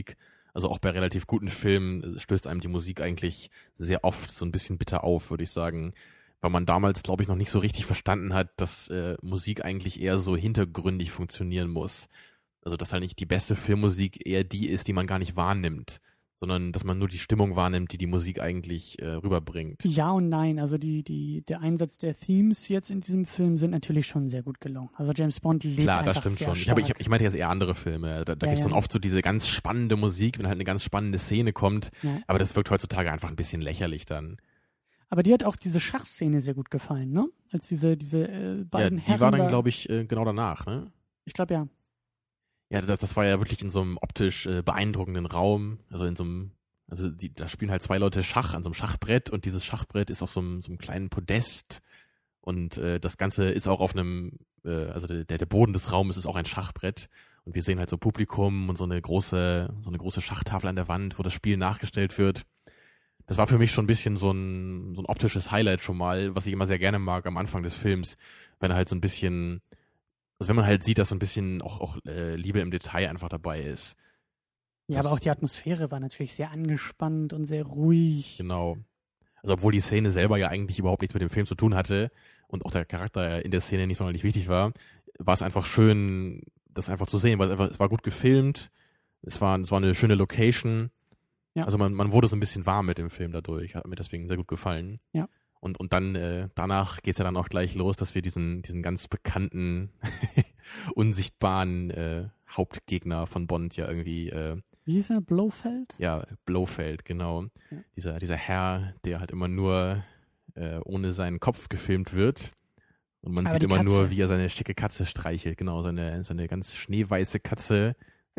Also auch bei relativ guten Filmen stößt einem die Musik eigentlich sehr oft so ein bisschen bitter auf, würde ich sagen. Weil man damals, glaube ich, noch nicht so richtig verstanden hat, dass äh, Musik eigentlich eher so hintergründig funktionieren muss. Also dass halt nicht die beste Filmmusik eher die ist, die man gar nicht wahrnimmt, sondern dass man nur die Stimmung wahrnimmt, die die Musik eigentlich äh, rüberbringt. Ja und nein. Also die, die, der Einsatz der Themes jetzt in diesem Film sind natürlich schon sehr gut gelungen. Also James Bond lebt Klar, einfach das stimmt sehr schon. Ich, stark. habe, ich, ich meinte jetzt eher andere Filme. Da, da Ja, gibt es ja. dann oft so diese ganz spannende Musik, wenn halt eine ganz spannende Szene kommt. Ja. Aber das wirkt heutzutage einfach ein bisschen lächerlich dann. Aber dir hat auch diese Schachszene sehr gut gefallen, ne? Als diese, diese äh, Ja, beiden die Herren war dann, da, glaube ich, äh, genau danach, ne? ich glaube ja. Ja, das, das war ja wirklich in so einem optisch äh, beeindruckenden Raum. Also in so einem, also die, da spielen halt zwei Leute Schach an so einem Schachbrett und dieses Schachbrett ist auf so einem, so einem kleinen Podest und äh, das Ganze ist auch auf einem, äh, also der, der Boden des Raumes ist auch ein Schachbrett und wir sehen halt so Publikum und so eine große, so eine große Schachtafel an der Wand, wo das Spiel nachgestellt wird. Das war für mich schon ein bisschen so ein, so ein optisches Highlight schon mal, was ich immer sehr gerne mag am Anfang des Films, wenn er halt so ein bisschen, also wenn man halt sieht, dass so ein bisschen auch, auch äh, Liebe im Detail einfach dabei ist. Ja, Das- aber auch die Atmosphäre war natürlich sehr angespannt und sehr ruhig. Genau. Also obwohl die Szene selber ja eigentlich überhaupt nichts mit dem Film zu tun hatte und auch der Charakter in der Szene nicht sonderlich wichtig war, war es einfach schön, das einfach zu sehen, weil es einfach, es war gut gefilmt, es war, es war eine schöne Location. Ja. Also man, man wurde so ein bisschen warm mit dem Film dadurch, hat mir deswegen sehr gut gefallen. Ja. Und, und dann, äh, danach geht's ja dann auch gleich los, dass wir diesen, diesen ganz bekannten, unsichtbaren äh, Hauptgegner von Bond ja irgendwie, äh, Wie hieß er? Blofeld? ja, Blofeld, genau. Ja. Dieser, dieser Herr, der halt immer nur äh, ohne seinen Kopf gefilmt wird. Und man Aber sieht die immer nur, Katze. wie er seine schicke Katze streichelt. Genau, seine, seine ganz schneeweiße Katze.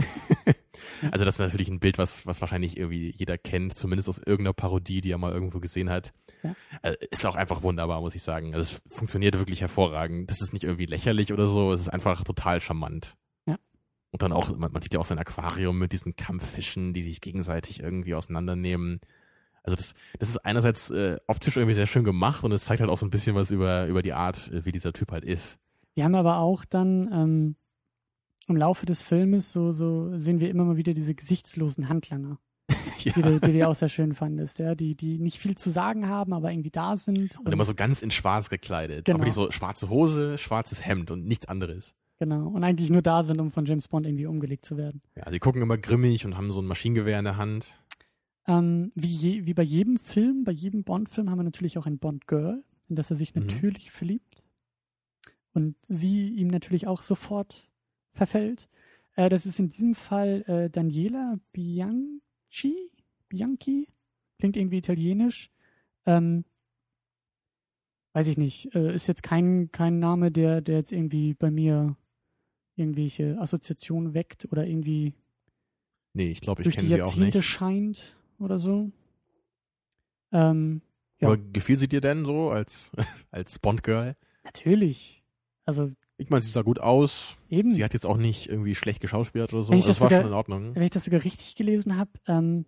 Also das ist natürlich ein Bild, was, was wahrscheinlich irgendwie jeder kennt, zumindest aus irgendeiner Parodie, die er mal irgendwo gesehen hat. Ja. Also ist auch einfach wunderbar, muss ich sagen. Also es funktioniert wirklich hervorragend. Das ist nicht irgendwie lächerlich oder so, es ist einfach total charmant. Ja. Und dann auch, man, man sieht ja auch sein Aquarium mit diesen Kampffischen, die sich gegenseitig irgendwie auseinandernehmen. Also das, das ist einerseits äh, optisch irgendwie sehr schön gemacht und es zeigt halt auch so ein bisschen was über, über die Art, äh, wie dieser Typ halt ist. Wir haben aber auch dann ähm, im Laufe des Filmes so, so sehen wir immer mal wieder diese gesichtslosen Handlanger, Ja. die, du- die du ja auch sehr schön fandest, ja, die, die nicht viel zu sagen haben, aber irgendwie da sind. Und immer so ganz in schwarz gekleidet. Genau. Auch wirklich so schwarze Hose, schwarzes Hemd und nichts anderes. Genau. Und eigentlich nur da sind, um von James Bond irgendwie umgelegt zu werden. Ja, sie gucken immer grimmig und haben so ein Maschinengewehr in der Hand. Ähm, wie, je, wie bei jedem Film, bei jedem Bond-Film haben wir natürlich auch ein Bond-Girl, in das er sich Mhm. natürlich verliebt. Und sie ihm natürlich auch sofort verfällt. Äh, das ist in diesem Fall äh, Daniela Bianchi. Bianchi? Klingt irgendwie italienisch. Ähm, weiß ich nicht. Äh, ist jetzt kein, kein Name, der, der jetzt irgendwie bei mir irgendwelche Assoziationen weckt oder irgendwie Nee, ich glaube, ich durch die kenne sie auch Jahrzehnte nicht. scheint oder so. Ähm, ja. Aber gefiel sie dir denn so als, als Bond-Girl? natürlich. Also Ich meine, sie sah gut aus. eben, Sie hat jetzt auch nicht irgendwie schlecht geschauspielert oder so. Wenn ich Also das das war sogar- schon in Ordnung. wenn ich das sogar richtig gelesen habe, ähm,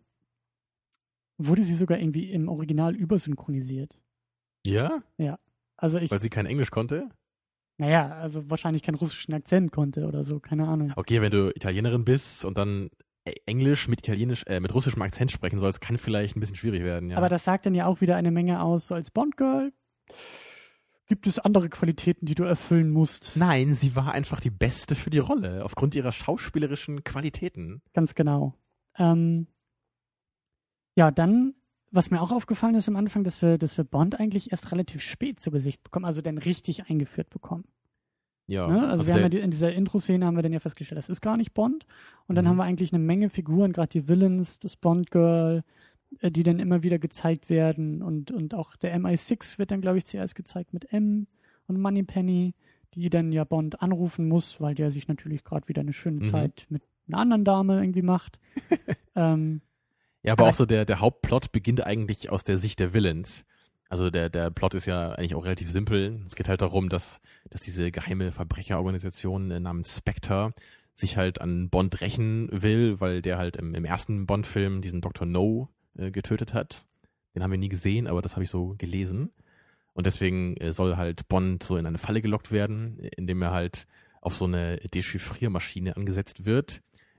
wurde sie sogar irgendwie im Original übersynchronisiert. Ja? Also ich, Weil sie kein Englisch konnte? naja, also wahrscheinlich keinen russischen Akzent konnte oder so, keine Ahnung. Okay, wenn du Italienerin bist und dann äh, Englisch mit Italienisch, äh, mit russischem Akzent sprechen sollst, kann vielleicht ein bisschen schwierig werden, ja. Aber das sagt dann ja auch wieder eine Menge aus, so als Bond-Girl gibt es andere Qualitäten, die du erfüllen musst. Nein, sie war einfach die Beste für die Rolle, aufgrund ihrer schauspielerischen Qualitäten. Ganz genau. Ähm, ja, dann, was mir auch aufgefallen ist am Anfang, dass wir, dass wir Bond eigentlich erst relativ spät zu Gesicht bekommen, also dann richtig eingeführt bekommen. Ja. Ne? Also, wir der, haben ja die, in dieser Intro-Szene haben wir dann ja festgestellt, das ist gar nicht Bond. Und dann Mhm. haben wir eigentlich eine Menge Figuren, gerade die Villains, das Bond-Girl, äh, die dann immer wieder gezeigt werden. Und, und auch der M I sechs wird dann, glaube ich, zuerst gezeigt mit M und Moneypenny, die dann ja Bond anrufen muss, weil der sich natürlich gerade wieder eine schöne Mhm. Zeit mit einer anderen Dame irgendwie macht. ähm, ja, aber aber- auch so der, der Hauptplot beginnt eigentlich aus der Sicht der Villains. Also der, der Plot ist ja eigentlich auch relativ simpel. Es geht halt darum, dass, dass diese geheime Verbrecherorganisation äh, namens Spectre sich halt an Bond rächen will, weil der halt im, im ersten Bond-Film diesen Doktor No äh, getötet hat. Den haben wir nie gesehen, aber das habe ich so gelesen. Und deswegen äh, soll halt Bond so in eine Falle gelockt werden, indem er halt auf so eine Dechiffriermaschine angesetzt wird,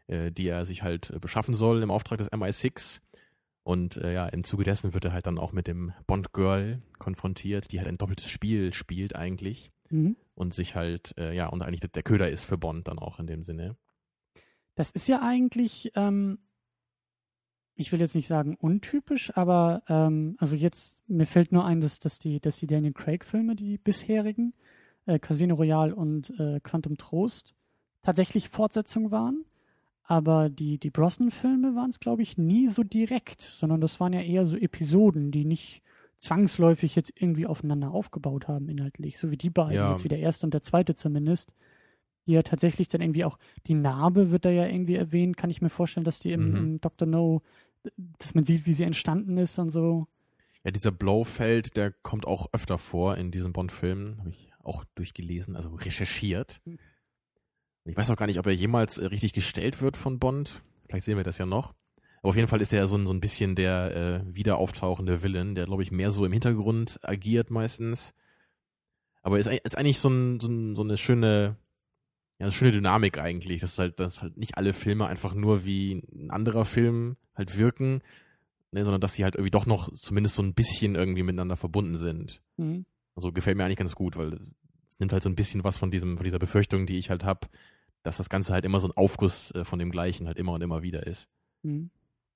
äh, die er sich halt äh, beschaffen soll im Auftrag des M I sechs. Und äh, ja, im Zuge dessen wird er halt dann auch mit dem Bond-Girl konfrontiert, die halt ein doppeltes Spiel spielt eigentlich. Mhm. Und sich halt, äh, ja, und eigentlich der, der Köder ist für Bond dann auch in dem Sinne. Das ist ja eigentlich, ähm, ich will jetzt nicht sagen untypisch, aber ähm, also jetzt, mir fällt nur ein, dass, dass, die, dass die Daniel Craig-Filme, die bisherigen, äh, Casino Royale und äh, Quantum Trost, tatsächlich Fortsetzungen waren. Aber die, die Brosnan-Filme waren es, glaube ich, nie so direkt, sondern das waren ja eher so Episoden, die nicht zwangsläufig jetzt irgendwie aufeinander aufgebaut haben inhaltlich. So wie die beiden, Ja. jetzt wie der erste und der zweite zumindest. Die ja tatsächlich dann irgendwie auch, die Narbe wird da ja irgendwie erwähnt, kann ich mir vorstellen, dass die im, Mhm. im Doktor No, dass man sieht, wie sie entstanden ist und so. Ja, dieser Blofeld, der kommt auch öfter vor in diesen Bond-Filmen, habe ich auch durchgelesen, also recherchiert. Hm. Ich weiß auch gar nicht, ob er jemals äh, richtig gestellt wird von Bond. Vielleicht sehen wir das ja noch. Aber auf jeden Fall ist er ja so ein, so ein bisschen der äh, wieder auftauchende Villain, der, glaube ich, mehr so im Hintergrund agiert meistens. Aber ist, ist eigentlich so, ein, so, ein, so eine schöne, ja, eine schöne Dynamik eigentlich, dass halt, dass halt nicht alle Filme einfach nur wie ein anderer Film halt wirken, ne, sondern dass sie halt irgendwie doch noch zumindest so ein bisschen irgendwie miteinander verbunden sind. Mhm. Also gefällt mir eigentlich ganz gut, weil es nimmt halt so ein bisschen was von diesem, von dieser Befürchtung, die ich halt habe, dass das Ganze halt immer so ein Aufguss äh, von dem Gleichen halt immer und immer wieder ist. Mhm.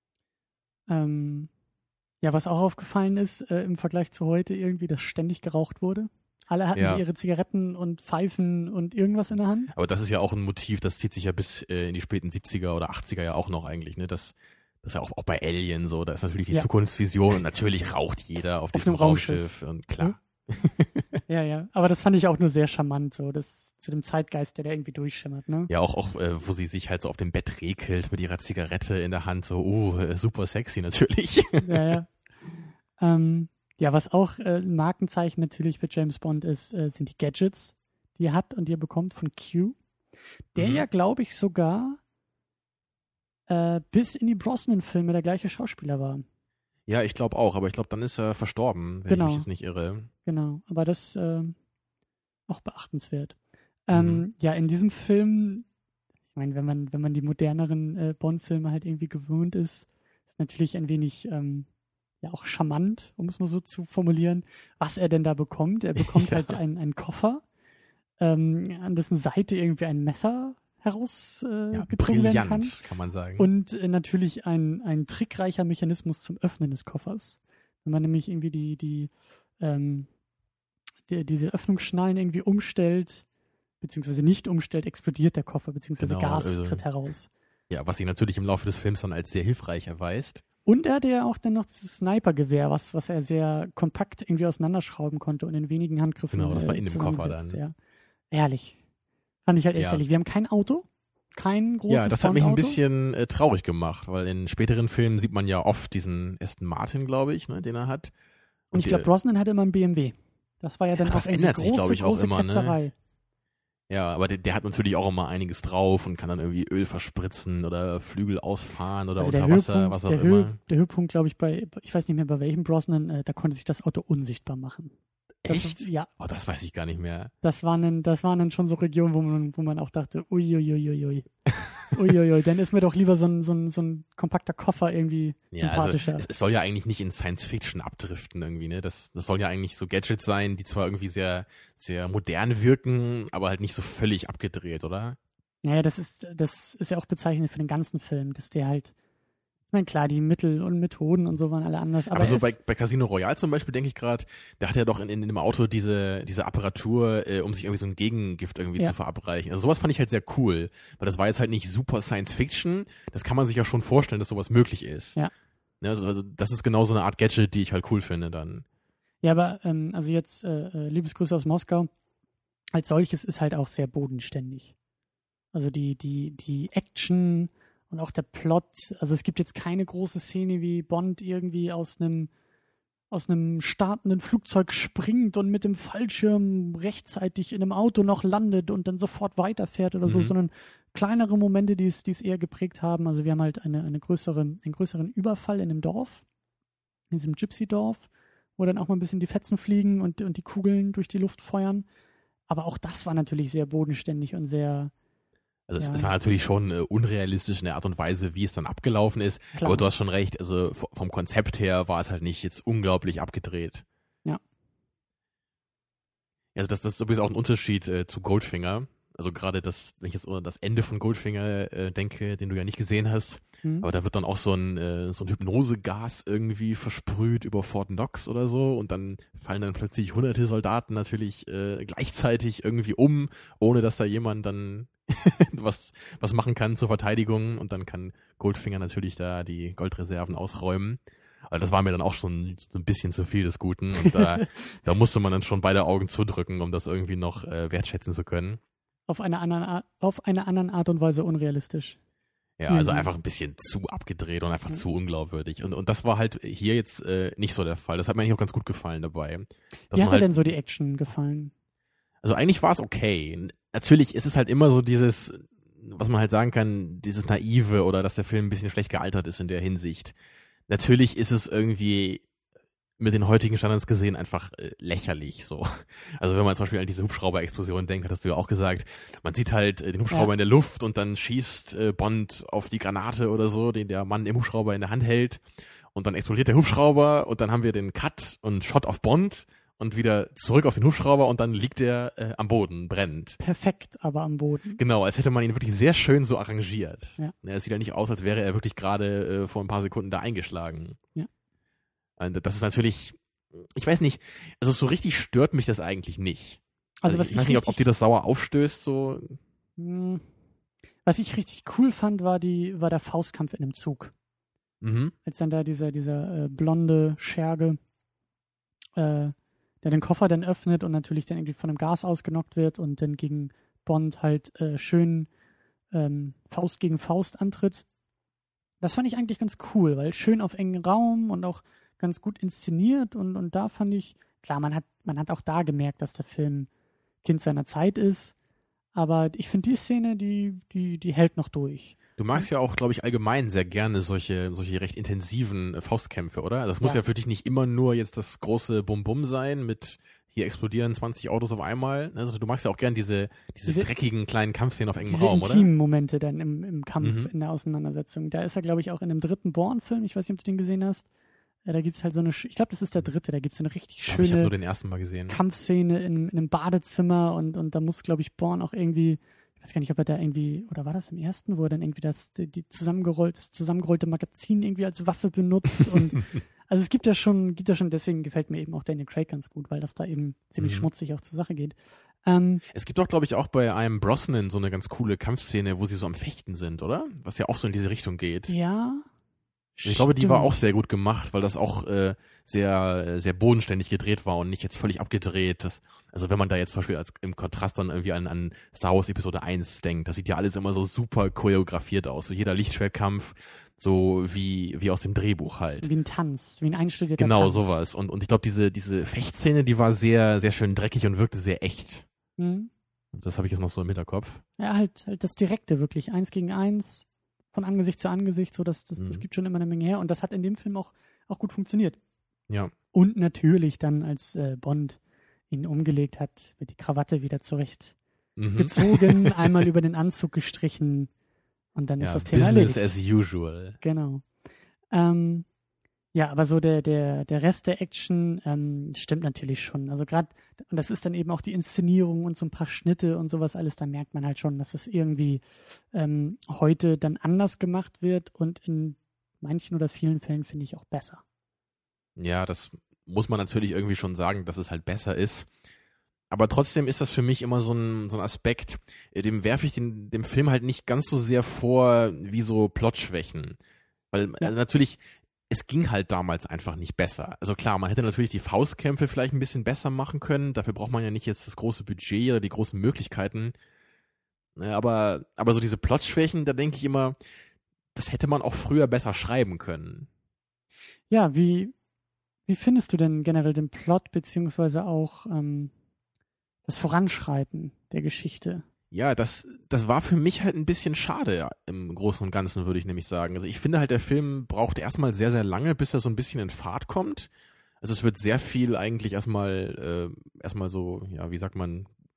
Ähm, ja, was auch aufgefallen ist, äh, im Vergleich zu heute irgendwie, dass ständig geraucht wurde. Alle hatten Ja. sie ihre Zigaretten und Pfeifen und irgendwas in der Hand. Aber das ist ja auch ein Motiv, das zieht sich ja bis äh, in die späten siebziger oder achtziger ja auch noch eigentlich, ne? Das, das ist ja auch, auch bei Alien so, da ist natürlich die Ja. Zukunftsvision und natürlich raucht jeder auf, Auf diesem dem Raumschiff. Raumschiff und klar. Ja, ja. Aber das fand ich auch nur sehr charmant, so, das zu dem Zeitgeist, der da irgendwie durchschimmert, ne? Ja, auch, auch äh, wo sie sich halt so auf dem Bett regelt mit ihrer Zigarette in der Hand, so, uh, äh, super sexy natürlich. Ja, ja. Ähm, ja, was auch äh, ein Markenzeichen natürlich für James Bond ist, äh, sind die Gadgets, die er hat und die er bekommt von Q. Der Mhm. ja, glaube ich, sogar äh, bis in die Brosnan-Filme der gleiche Schauspieler war. Ja, ich glaube auch, aber ich glaube, dann ist er verstorben, wenn Genau. ich mich jetzt nicht irre. Genau, aber das äh, auch beachtenswert. Ähm, Mhm. Ja, in diesem Film, ich meine, wenn man, wenn man die moderneren äh, Bond-Filme halt irgendwie gewöhnt ist, ist natürlich ein wenig ähm, ja auch charmant, um es mal so zu formulieren, was er denn da bekommt. Er bekommt Ja. halt einen, einen Koffer, ähm, an dessen Seite irgendwie ein Messer herausgezogen äh, Ja, gezogen werden kann. brillant, kann man sagen. Und äh, natürlich ein, ein trickreicher Mechanismus zum Öffnen des Koffers. Wenn man nämlich irgendwie die, die, ähm, die diese Öffnungsschnallen irgendwie umstellt, beziehungsweise nicht umstellt, explodiert der Koffer, beziehungsweise Genau, Gas also- tritt heraus. Ja, was sich natürlich im Laufe des Films dann als sehr hilfreich erweist. Und er hatte ja auch dann noch dieses Snipergewehr, was, was er sehr kompakt irgendwie auseinanderschrauben konnte und in wenigen Handgriffen. Genau, das war äh, in dem Koffer zusammensetzt, dann. Ja. Ehrlich. Fand ich halt echt Ja. ehrlich. Wir haben kein Auto, kein großes Ja, das hat mich ein Bond-Auto. bisschen äh, traurig gemacht, weil in späteren Filmen sieht man ja oft diesen Aston Martin, glaube ich, ne, den er hat. Und ich die- glaube, Brosnan hatte immer einen B M W. Das war ja dann Ach, auch das irgendwie ändert sich, große, glaub ich, auch große immer, ne? Ketzerei. Ja, aber der, der hat natürlich auch immer einiges drauf und kann dann irgendwie Öl verspritzen oder Flügel ausfahren oder Also der unter Wasser, Höhepunkt, was auch der, immer. Höhe, der Höhepunkt, glaube ich, bei, ich weiß nicht mehr bei welchem Brosnan, äh, da konnte sich das Auto unsichtbar machen. Das Echt? Ist, ja, Oh, das weiß ich gar nicht mehr. das waren dann, das waren dann schon so Regionen, wo man, wo man auch dachte, uiuiuiui. Uiuiui, dann ist mir doch lieber so ein, so ein, so ein kompakter Koffer irgendwie Ja, also sympathischer. es, es soll ja eigentlich nicht in Science Fiction abdriften irgendwie, ne? Das, das soll ja eigentlich so Gadgets sein, die zwar irgendwie sehr, sehr modern wirken, aber halt nicht so völlig abgedreht, oder? Naja, das ist, das ist ja auch bezeichnend für den ganzen Film, dass der halt, ich meine, klar, die Mittel und Methoden und so waren alle anders, aber, Aber, so er bei, ist, bei Casino Royale zum Beispiel denke ich gerade, der hat ja doch in, in dem Auto diese, diese Apparatur, äh, um sich irgendwie so ein Gegengift irgendwie Ja. zu verabreichen. Also sowas fand ich halt sehr cool, weil das war jetzt halt nicht super Science Fiction, das kann man sich ja schon vorstellen, dass sowas möglich ist. Ja. Ne, also, also das ist genau so eine Art Gadget, die ich halt cool finde dann. ja, aber, ähm, also jetzt, äh, äh, Liebesgrüße aus Moskau, als solches ist halt auch sehr bodenständig. Also die, die, die Action und auch der Plot, also es gibt jetzt keine große Szene, wie Bond irgendwie aus einem aus einem startenden Flugzeug springt und mit dem Fallschirm rechtzeitig in einem Auto noch landet und dann sofort weiterfährt oder so, Mhm. sondern kleinere Momente, die es, die es eher geprägt haben. Also wir haben halt eine, eine größere, einen größeren Überfall in einem Dorf, in diesem Gypsy-Dorf, wo dann auch mal ein bisschen die Fetzen fliegen und, und die Kugeln durch die Luft feuern. Aber auch das war natürlich sehr bodenständig und sehr, Also es, Ja. es war natürlich schon äh, unrealistisch in der Art und Weise, wie es dann abgelaufen ist. Klar. Aber du hast schon recht, also v- vom Konzept her war es halt nicht jetzt unglaublich abgedreht. Ja. Also das, das ist übrigens auch ein Unterschied äh, zu Goldfinger. Also gerade das, wenn ich jetzt an das Ende von Goldfinger äh, denke, den du ja nicht gesehen hast, Hm. aber da wird dann auch so ein, äh, so ein Hypnosegas irgendwie versprüht über Fort Knox oder so und dann fallen dann plötzlich hunderte Soldaten natürlich äh, gleichzeitig irgendwie um, ohne dass da jemand dann was, was machen kann zur Verteidigung und dann kann Goldfinger natürlich da die Goldreserven ausräumen. Aber das war mir dann auch schon so ein bisschen zu viel des Guten und da, da musste man dann schon beide Augen zudrücken, um das irgendwie noch äh, wertschätzen zu können. Auf eine andere Art, auf eine andere Art und Weise unrealistisch. Ja, also Mhm. einfach ein bisschen zu abgedreht und einfach Ja. zu unglaubwürdig. Und, und das war halt hier jetzt äh, nicht so der Fall. Das hat mir eigentlich auch ganz gut gefallen dabei. Dass Wie man hat dir halt, denn so die Action gefallen? also eigentlich war es okay. Natürlich ist es halt immer so dieses, was man halt sagen kann, dieses Naive oder dass der Film ein bisschen schlecht gealtert ist in der Hinsicht. Natürlich ist es irgendwie mit den heutigen Standards gesehen einfach äh, lächerlich so. Also wenn man zum Beispiel an diese Hubschrauber-Explosion denkt, hattest du ja auch gesagt, man sieht halt äh, den Hubschrauber Ja. in der Luft und dann schießt äh, Bond auf die Granate oder so, den der Mann im Hubschrauber in der Hand hält und dann explodiert der Hubschrauber und dann haben wir den Cut und Shot auf Bond und wieder zurück auf den Hubschrauber und dann liegt er äh, am Boden, brennend. Perfekt, aber am Boden. Genau, als hätte man ihn wirklich sehr schön so arrangiert. Ja. Es sieht ja nicht aus, als wäre er wirklich gerade äh, vor ein paar Sekunden da eingeschlagen. Ja. Und das ist natürlich, ich weiß nicht, also so richtig stört mich das eigentlich nicht. Also, was ich, ich, ich weiß nicht, ob, ob richtig, dir das sauer aufstößt, so. Hm. was ich richtig cool fand, war die, war der Faustkampf in dem Zug. Mhm. Als dann da dieser, dieser äh, blonde Scherge, äh, der den Koffer dann öffnet und natürlich dann irgendwie von dem Gas ausgenockt wird und dann gegen Bond halt äh, schön ähm, Faust gegen Faust antritt. Das fand ich eigentlich ganz cool, weil schön auf engen Raum und auch ganz gut inszeniert und, und da fand ich, klar, man hat, man hat auch da gemerkt, dass der Film Kind seiner Zeit ist, aber ich finde die Szene, die, die, die hält noch durch. Du magst ja auch, glaube ich, allgemein sehr gerne solche, solche recht intensiven äh, Faustkämpfe, oder? Also das muss Ja. ja für dich nicht immer nur jetzt das große Bum-Bum sein mit hier explodieren zwanzig Autos auf einmal. Also du magst ja auch gern diese, diese, Diese- dreckigen kleinen Kampfszenen auf engem Diese Raum, oder? intimen Momente dann im, im Kampf, Mhm. in der Auseinandersetzung. Da ist er, glaube ich, auch in dem dritten Bourne-Film, ich weiß nicht, ob du den gesehen hast, äh, da gibt es halt so eine, sch- ich glaube, das ist der dritte, da gibt es so eine richtig Ich glaube, ich habe schöne nur den ersten Mal gesehen. Kampfszene in, in einem Badezimmer und, und da muss, glaube ich, Bourne auch irgendwie, ich weiß gar nicht, ob er da irgendwie, oder war das im ersten, wo er dann irgendwie das, die, die zusammengerollt, das zusammengerollte Magazin irgendwie als Waffe benutzt und also es gibt ja schon, gibt ja schon, deswegen gefällt mir eben auch Daniel Craig ganz gut, weil das da eben ziemlich Mhm. schmutzig auch zur Sache geht. Ähm, Es gibt doch, glaube ich, auch bei einem Brosnan so eine ganz coole Kampfszene, wo sie so am Fechten sind, oder? Was ja auch so in diese Richtung geht. ja. Ich glaube, die war stimmt. auch sehr gut gemacht, weil das auch äh, sehr, äh, sehr bodenständig gedreht war und nicht jetzt völlig abgedreht. Das, also wenn man da jetzt zum Beispiel als, im Kontrast dann irgendwie an, an Star Wars Episode eins denkt, das sieht ja alles immer so super choreografiert aus. So jeder Lichtschwertkampf, so wie, wie aus dem Drehbuch halt. Wie ein Tanz, wie ein einstudierter Genau, Tanz. sowas. Und, und ich glaube, diese, diese Fechtszene, die war sehr, sehr schön dreckig und wirkte sehr echt. Mhm. Das habe ich jetzt noch so im Hinterkopf. Ja, halt, halt das Direkte wirklich, eins gegen eins, von Angesicht zu Angesicht, so das, das, das Mhm. gibt schon immer eine Menge her und das hat in dem Film auch, auch gut funktioniert. Ja. Und natürlich dann, als äh, Bond ihn umgelegt hat, wird die Krawatte wieder zurecht Mhm. gezogen, einmal über den Anzug gestrichen und dann ist Ja, das Thema Business erledigt. as usual. Genau. Ähm, ja, aber so der, der, der Rest der Action ähm, stimmt natürlich schon. Also gerade, und das ist dann eben auch die Inszenierung und so ein paar Schnitte und sowas alles, da merkt man halt schon, dass es irgendwie ähm, heute dann anders gemacht wird und in manchen oder vielen Fällen finde ich auch besser. Ja, das muss man natürlich irgendwie schon sagen, dass es halt besser ist. Aber trotzdem ist das für mich immer so ein, so ein Aspekt, äh, dem werfe ich den, dem Film halt nicht ganz so sehr vor wie so Plotschwächen. Weil Ja. also natürlich, es ging halt damals einfach nicht besser. Also klar, man hätte natürlich die Faustkämpfe vielleicht ein bisschen besser machen können. Dafür braucht man ja nicht jetzt das große Budget oder die großen Möglichkeiten. Ja, Aber, aber so diese Plotschwächen, da denke ich immer, das hätte man auch früher besser schreiben können. Ja, wie, wie findest du denn generell den Plot beziehungsweise auch ähm, das Voranschreiten der Geschichte? Ja, das, das war für mich halt ein bisschen schade ja, im Großen und Ganzen, würde ich nämlich sagen. Also ich finde halt, der Film braucht erstmal sehr, sehr lange, bis er so ein bisschen in Fahrt kommt. Also es wird sehr viel eigentlich erstmal, äh, erstmal so, ja, wie sagt man,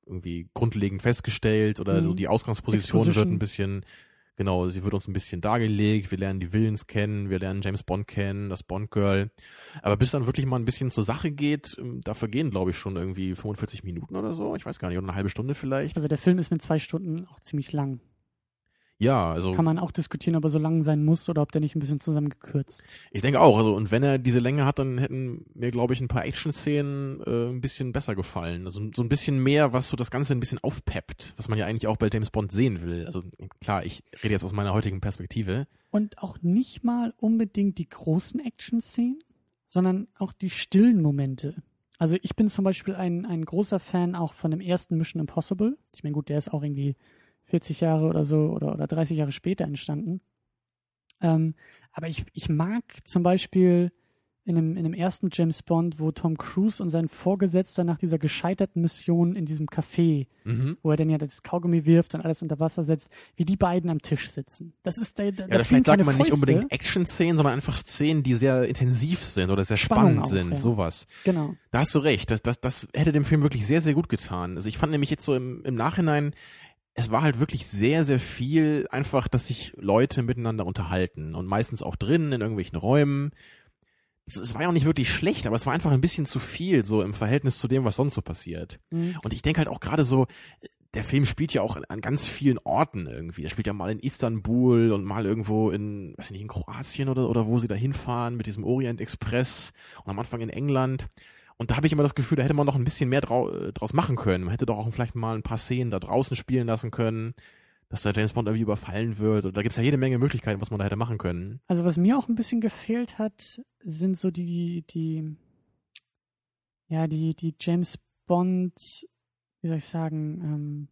irgendwie grundlegend festgestellt oder Mhm. so die Ausgangsposition wird Exposition. ein bisschen, genau, sie wird uns ein bisschen dargelegt, wir lernen die Villains kennen, wir lernen James Bond kennen, das Bond-Girl. Aber bis dann wirklich mal ein bisschen zur Sache geht, ähm, da vergehen, glaube ich, schon irgendwie fünfundvierzig Minuten oder so, ich weiß gar nicht, oder eine halbe Stunde vielleicht. Also der Film ist mit zwei Stunden auch ziemlich lang. Ja, also Kann man auch diskutieren, ob er so lang sein muss oder ob der nicht ein bisschen zusammengekürzt. ich denke auch, also und wenn er diese Länge hat, dann hätten mir, glaube ich, ein paar Action-Szenen äh, ein bisschen besser gefallen. Also so ein bisschen mehr, was so das Ganze ein bisschen aufpeppt, was man ja eigentlich auch bei James Bond sehen will. Also klar, ich rede jetzt aus meiner heutigen Perspektive. Und auch nicht mal unbedingt die großen Action-Szenen, sondern auch die stillen Momente. Also ich bin zum Beispiel ein, ein großer Fan auch von dem ersten Mission Impossible. Ich meine, gut, der ist auch irgendwie vierzig Jahre oder so oder, oder dreißig Jahre später entstanden. Ähm, aber ich, ich mag zum Beispiel in dem, in dem ersten James Bond, wo Tom Cruise und sein Vorgesetzter nach dieser gescheiterten Mission in diesem Café, Mhm. wo er dann ja das Kaugummi wirft und alles unter Wasser setzt, wie die beiden am Tisch sitzen. Das ist der, der Ja, oder fliegen vielleicht sagt keine man nicht Fäuste. unbedingt Action-Szenen, sondern einfach Szenen, die sehr intensiv sind oder sehr Spannung spannend auch, sind, ja. sowas. Genau. Da hast du recht, das, das, das hätte dem Film wirklich sehr, sehr gut getan. Also ich fand nämlich jetzt so im, im Nachhinein, es war halt wirklich sehr, sehr viel einfach, dass sich Leute miteinander unterhalten und meistens auch drinnen in irgendwelchen Räumen. Es, es war ja auch nicht wirklich schlecht, aber es war einfach ein bisschen zu viel so im Verhältnis zu dem, was sonst so passiert. Mhm. Und ich denke halt auch gerade so, der Film spielt ja auch an, an ganz vielen Orten irgendwie. Der spielt ja mal in Istanbul und mal irgendwo in, weiß ich nicht, in Kroatien oder, oder wo sie da hinfahren mit diesem Orient Express und am Anfang in England. Und da habe ich immer das Gefühl, da hätte man noch ein bisschen mehr drau draus machen können. Man hätte doch auch vielleicht mal ein paar Szenen da draußen spielen lassen können, dass da James Bond irgendwie überfallen wird. Und da gibt es ja jede Menge Möglichkeiten, was man da hätte machen können. Also was mir auch ein bisschen gefehlt hat, sind so die, die, ja, die, die James Bond, wie soll ich sagen, ähm,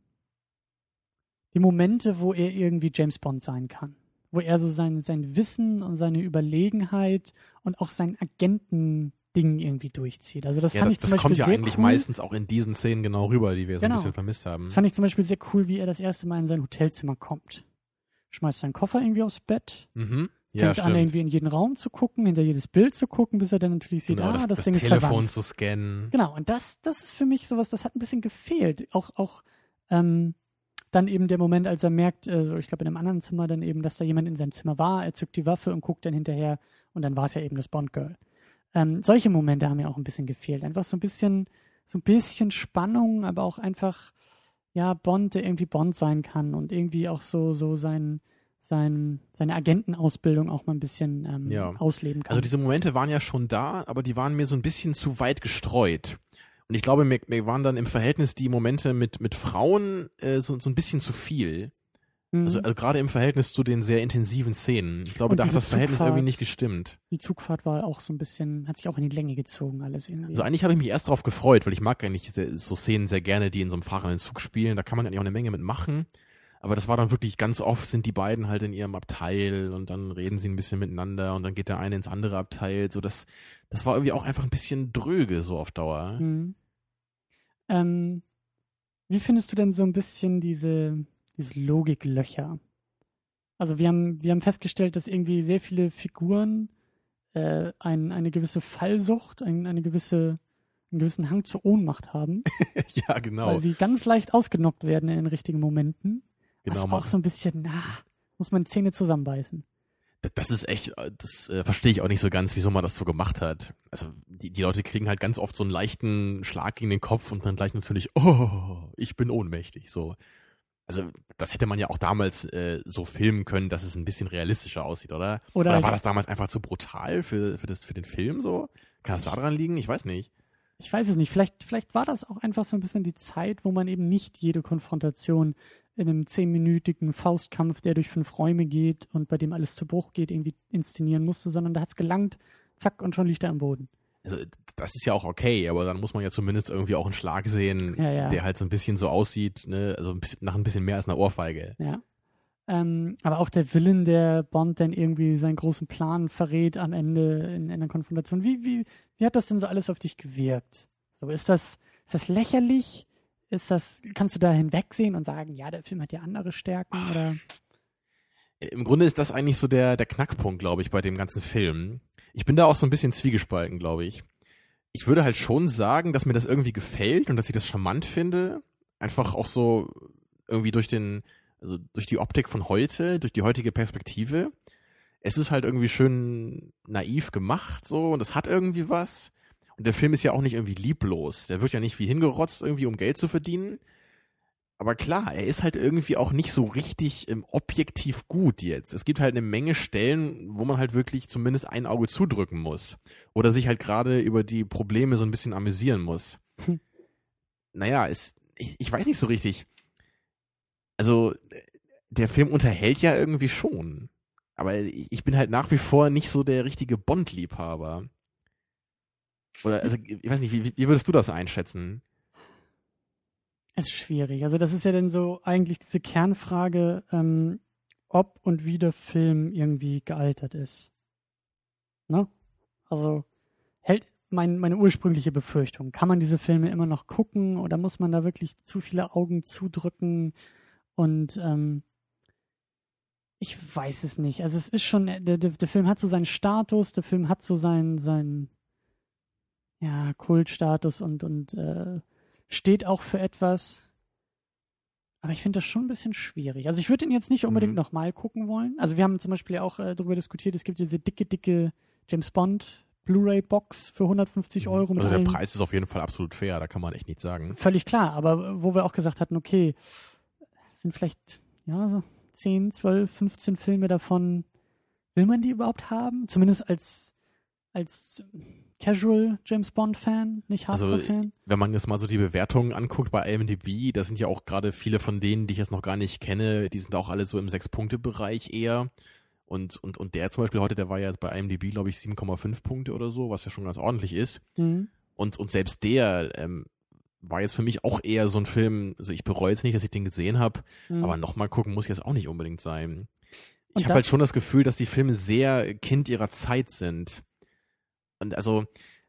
die Momente, wo er irgendwie James Bond sein kann. Wo er so sein, sein Wissen und seine Überlegenheit und auch sein Agenten Ding irgendwie durchzieht. Also das Ja, fand das, ich zum das Beispiel kommt ja sehr eigentlich cool. meistens auch in diesen Szenen genau rüber, die wir so Genau. ein bisschen vermisst haben. Das fand ich zum Beispiel sehr cool, wie er das erste Mal in sein Hotelzimmer kommt. Schmeißt seinen Koffer irgendwie aufs Bett, Mhm. Ja, fängt an, stimmt. irgendwie in jeden Raum zu gucken, hinter jedes Bild zu gucken, bis er dann natürlich sieht, Genau, ah, das, das, das Ding ist Telefon verwandt. zu scannen. Genau, und das, das ist für mich sowas, das hat ein bisschen gefehlt. Auch, auch ähm, dann eben der Moment, als er merkt, äh, ich glaube in einem anderen Zimmer dann eben, dass da jemand in seinem Zimmer war, er zückt die Waffe und guckt dann hinterher und dann war es ja eben das Bond-Girl. Ähm, solche Momente haben mir auch ein bisschen gefehlt. Einfach so ein bisschen, so ein bisschen Spannung, aber auch einfach, ja, Bond, der irgendwie Bond sein kann und irgendwie auch so, so sein, sein, seine Agentenausbildung auch mal ein bisschen ähm, Ja. ausleben kann. Also diese Momente waren ja schon da, aber die waren mir so ein bisschen zu weit gestreut. Und ich glaube, mir, mir waren dann im Verhältnis die Momente mit, mit Frauen äh, so, so ein bisschen zu viel. Mhm. Also, also gerade im Verhältnis zu den sehr intensiven Szenen. Ich glaube, Und da hat diese das Verhältnis Zugfahrt. irgendwie nicht gestimmt. Die Zugfahrt war auch so ein bisschen, hat sich auch in die Länge gezogen, alles irgendwie. Also eigentlich habe ich mich erst darauf gefreut, weil ich mag eigentlich sehr, so Szenen sehr gerne, die in so einem fahrenden Zug spielen. Da kann man eigentlich auch eine Menge mit machen. Aber das war dann wirklich ganz oft, sind die beiden halt in ihrem Abteil und dann reden sie ein bisschen miteinander und dann geht der eine ins andere Abteil. So das, das war irgendwie auch einfach ein bisschen dröge so auf Dauer. Mhm. Ähm, wie findest du denn so ein bisschen diese, diese Logiklöcher? Also wir haben, wir haben festgestellt, dass irgendwie sehr viele Figuren äh, ein, eine gewisse Fallsucht, ein, eine gewisse, einen gewissen Hang zur Ohnmacht haben, Ja, genau. weil sie ganz leicht ausgenockt werden in den richtigen Momenten. Genau, was man- auch so ein bisschen, na, muss man Zähne zusammenbeißen. D- Das ist echt, äh, das äh, verstehe ich auch nicht so ganz, wieso man das so gemacht hat. Also die, die Leute kriegen halt ganz oft so einen leichten Schlag gegen den Kopf und dann gleich natürlich, oh, ich bin ohnmächtig. So, also das hätte man ja auch damals äh, so filmen können, dass es ein bisschen realistischer aussieht, oder? Oder Oder halt- war das damals einfach zu brutal für für das für den Film so? Kann das daran liegen? Ich weiß nicht. Ich weiß es nicht. Vielleicht, vielleicht war das auch einfach so ein bisschen die Zeit, wo man eben nicht jede Konfrontation in einem zehnminütigen Faustkampf, der durch fünf Räume geht und bei dem alles zu Bruch geht, irgendwie inszenieren musste, sondern da hat es gelangt, zack, und schon liegt er am Boden. Also das ist ja auch okay, aber dann muss man ja zumindest irgendwie auch einen Schlag sehen, Ja, ja. der halt so ein bisschen so aussieht, ne, also ein bisschen, nach ein bisschen mehr als einer Ohrfeige. Ja. Ähm, aber auch der Willen, der Bond dann irgendwie seinen großen Plan verrät am Ende in, in einer Konfrontation. Wie, wie, wie hat das denn so alles auf dich gewirkt? So, ist das, ist das lächerlich? Ist das, kannst du da hinwegsehen und sagen, ja, der Film hat ja andere Stärken oder? Im Grunde ist das eigentlich so der, der Knackpunkt, glaube ich, bei dem ganzen Film. Ich bin da auch so ein bisschen zwiegespalten, glaube ich. Ich würde halt schon sagen, dass mir das irgendwie gefällt und dass ich das charmant finde, einfach auch so irgendwie durch den, also durch die Optik von heute, durch die heutige Perspektive. Es ist halt irgendwie schön naiv gemacht so und es hat irgendwie was. Und der Film ist ja auch nicht irgendwie lieblos. Der wird ja nicht wie hingerotzt irgendwie, um Geld zu verdienen. Aber klar, er ist halt irgendwie auch nicht so richtig ähm, objektiv gut jetzt. Es gibt halt eine Menge Stellen, wo man halt wirklich zumindest ein Auge zudrücken muss. Oder sich halt gerade über die Probleme so ein bisschen amüsieren muss. Hm. Naja, es, ich, ich weiß nicht so richtig. Also, der Film unterhält ja irgendwie schon. Aber ich bin halt nach wie vor nicht so der richtige Bond-Liebhaber. Oder, also, ich weiß nicht, wie, wie würdest du das einschätzen? Es ist schwierig. Also das ist ja dann so eigentlich diese Kernfrage, ähm, ob und wie der Film irgendwie gealtert ist. Ne? Also hält mein, meine ursprüngliche Befürchtung. Kann man diese Filme immer noch gucken oder muss man da wirklich zu viele Augen zudrücken? Und ähm, ich weiß es nicht. Also es ist schon, der, der, der Film hat so seinen Status, der Film hat so seinen, seinen ja, Kultstatus und, und äh, steht auch für etwas. Aber ich finde das schon ein bisschen schwierig. Also ich würde ihn jetzt nicht unbedingt mhm. nochmal gucken wollen. Also wir haben zum Beispiel auch äh, darüber diskutiert, es gibt diese dicke, dicke James Bond Blu-ray-Box für hundertfünfzig Euro. Mit also der allen. Preis ist auf jeden Fall absolut fair, da kann man echt nichts sagen. Völlig klar, aber wo wir auch gesagt hatten, okay, sind vielleicht ja so zehn, zwölf, fünfzehn Filme davon, will man die überhaupt haben? Zumindest als als Casual James Bond-Fan, nicht Hardcore-Fan. Also, wenn man jetzt mal so die Bewertungen anguckt bei I M D B, da sind ja auch gerade viele von denen, die ich jetzt noch gar nicht kenne, die sind auch alle so im Sechs-Punkte-Bereich eher. Und, und, und der zum Beispiel heute, der war ja jetzt bei I M D B, glaube ich, sieben Komma fünf Punkte oder so, was ja schon ganz ordentlich ist. Mhm. Und, und selbst der ähm, war jetzt für mich auch eher so ein Film, also ich bereue jetzt nicht, dass ich den gesehen habe, mhm. aber nochmal gucken muss jetzt auch nicht unbedingt sein. Ich habe halt schon das Gefühl, dass die Filme sehr Kind ihrer Zeit sind. Und also,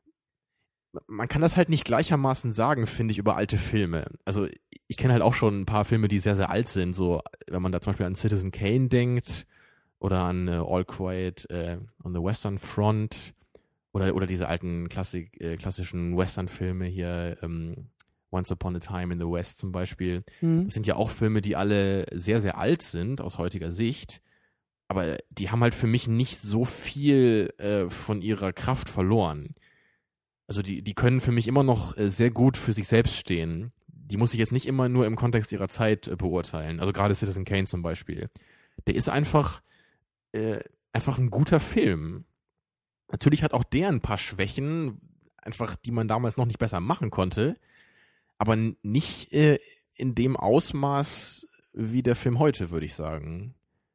man kann das halt nicht gleichermaßen sagen, finde ich, über alte Filme. Also, ich kenne halt auch schon ein paar Filme, die sehr, sehr alt sind. So, wenn man da zum Beispiel an Citizen Kane denkt oder an uh, All Quiet uh, on the Western Front oder, oder diese alten Klassik, äh, klassischen Western-Filme hier, ähm, Once Upon a Time in the West zum Beispiel. Mhm. Das sind ja auch Filme, die alle sehr, sehr alt sind aus heutiger Sicht. Aber die haben halt für mich nicht so viel äh, von ihrer Kraft verloren. Also die, die können für mich immer noch äh, sehr gut für sich selbst stehen. Die muss ich jetzt nicht immer nur im Kontext ihrer Zeit äh, beurteilen. Also gerade Citizen Kane zum Beispiel. Der ist einfach, äh, einfach ein guter Film. Natürlich hat auch der ein paar Schwächen, einfach die man damals noch nicht besser machen konnte. Aber nicht äh, in dem Ausmaß wie der Film heute, würde ich sagen.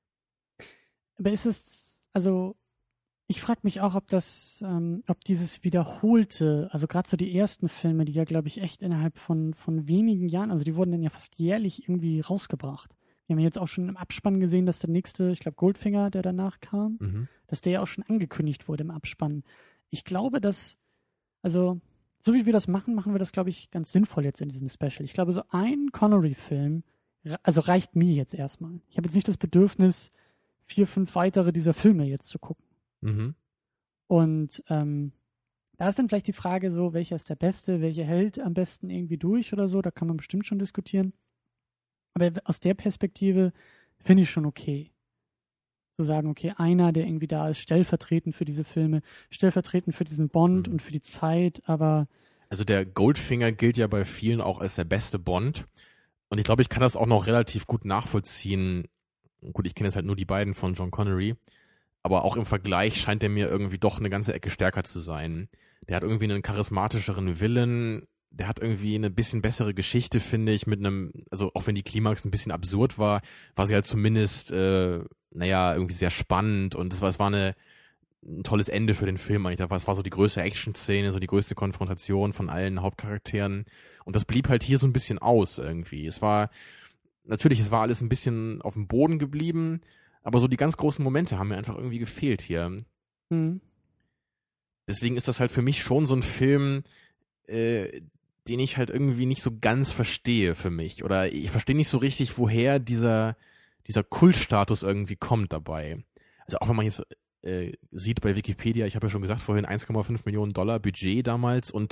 Aber ist es, also ich frage mich auch, ob das, ähm, ob dieses Wiederholte, also gerade so die ersten Filme, die ja, glaube ich, echt innerhalb von, von wenigen Jahren, also die wurden dann ja fast jährlich irgendwie rausgebracht. Wir haben jetzt auch schon im Abspann gesehen, dass der nächste, ich glaube Goldfinger, der danach kam, mhm. dass der ja auch schon angekündigt wurde im Abspann. Ich glaube, dass, also so wie wir das machen, machen wir das, glaube ich, ganz sinnvoll jetzt in diesem Special. Ich glaube, so ein Connery-Film, also reicht mir jetzt erstmal. Ich habe jetzt nicht das Bedürfnis, vier, fünf weitere dieser Filme jetzt zu gucken. Mhm. Und ähm, da ist dann vielleicht die Frage so, welcher ist der Beste, welcher hält am besten irgendwie durch oder so, da kann man bestimmt schon diskutieren. Aber aus der Perspektive finde ich schon okay. Zu sagen, okay, einer, der irgendwie da ist, stellvertretend für diese Filme, stellvertretend für diesen Bond mhm. und für die Zeit, aber also der Goldfinger gilt ja bei vielen auch als der beste Bond. Und ich glaube, ich kann das auch noch relativ gut nachvollziehen. Gut, ich kenne jetzt halt nur die beiden von John Connery, aber auch im Vergleich scheint der mir irgendwie doch eine ganze Ecke stärker zu sein. Der hat irgendwie einen charismatischeren Villain, der hat irgendwie eine bisschen bessere Geschichte, finde ich, mit einem, also auch wenn die Klimax ein bisschen absurd war, war sie halt zumindest, äh, naja, irgendwie sehr spannend und es war, es war eine, ein tolles Ende für den Film eigentlich. Es war so die größte Action-Szene, so die größte Konfrontation von allen Hauptcharakteren und das blieb halt hier so ein bisschen aus irgendwie. Es war Natürlich, es war alles ein bisschen auf dem Boden geblieben, aber so die ganz großen Momente haben mir einfach irgendwie gefehlt hier. Mhm. Deswegen ist das halt für mich schon so ein Film, äh, den ich halt irgendwie nicht so ganz verstehe für mich. Oder ich verstehe nicht so richtig, woher dieser, dieser Kultstatus irgendwie kommt dabei. Also auch wenn man jetzt äh, sieht bei Wikipedia, ich habe ja schon gesagt vorhin, eins Komma fünf Millionen Dollar Budget damals und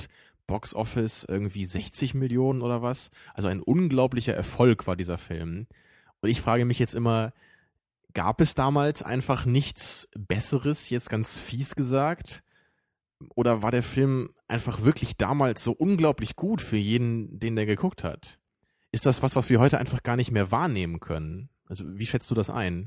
Box Office irgendwie sechzig Millionen oder was. Also ein unglaublicher Erfolg war dieser Film. Und ich frage mich jetzt immer, gab es damals einfach nichts Besseres, jetzt ganz fies gesagt? Oder war der Film einfach wirklich damals so unglaublich gut für jeden, den der geguckt hat? Ist das was, was wir heute einfach gar nicht mehr wahrnehmen können? Also wie schätzt du das ein?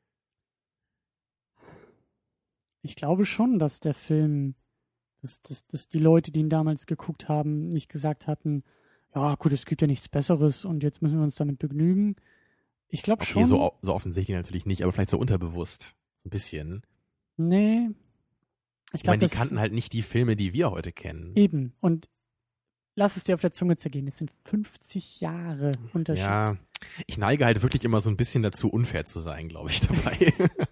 Ich glaube schon, dass der Film, dass, dass, dass die Leute, die ihn damals geguckt haben, nicht gesagt hatten, ja gut, es gibt ja nichts Besseres und jetzt müssen wir uns damit begnügen. Ich glaube Okay, schon. so, so offensichtlich natürlich nicht, aber vielleicht so unterbewusst. Ein bisschen. Nee. Ich, ich meine, die kannten halt nicht die Filme, die wir heute kennen. Eben. Und lass es dir auf der Zunge zergehen. Es sind fünfzig Jahre Unterschied. Ja, ich neige halt wirklich immer so ein bisschen dazu, unfair zu sein, glaube ich, dabei.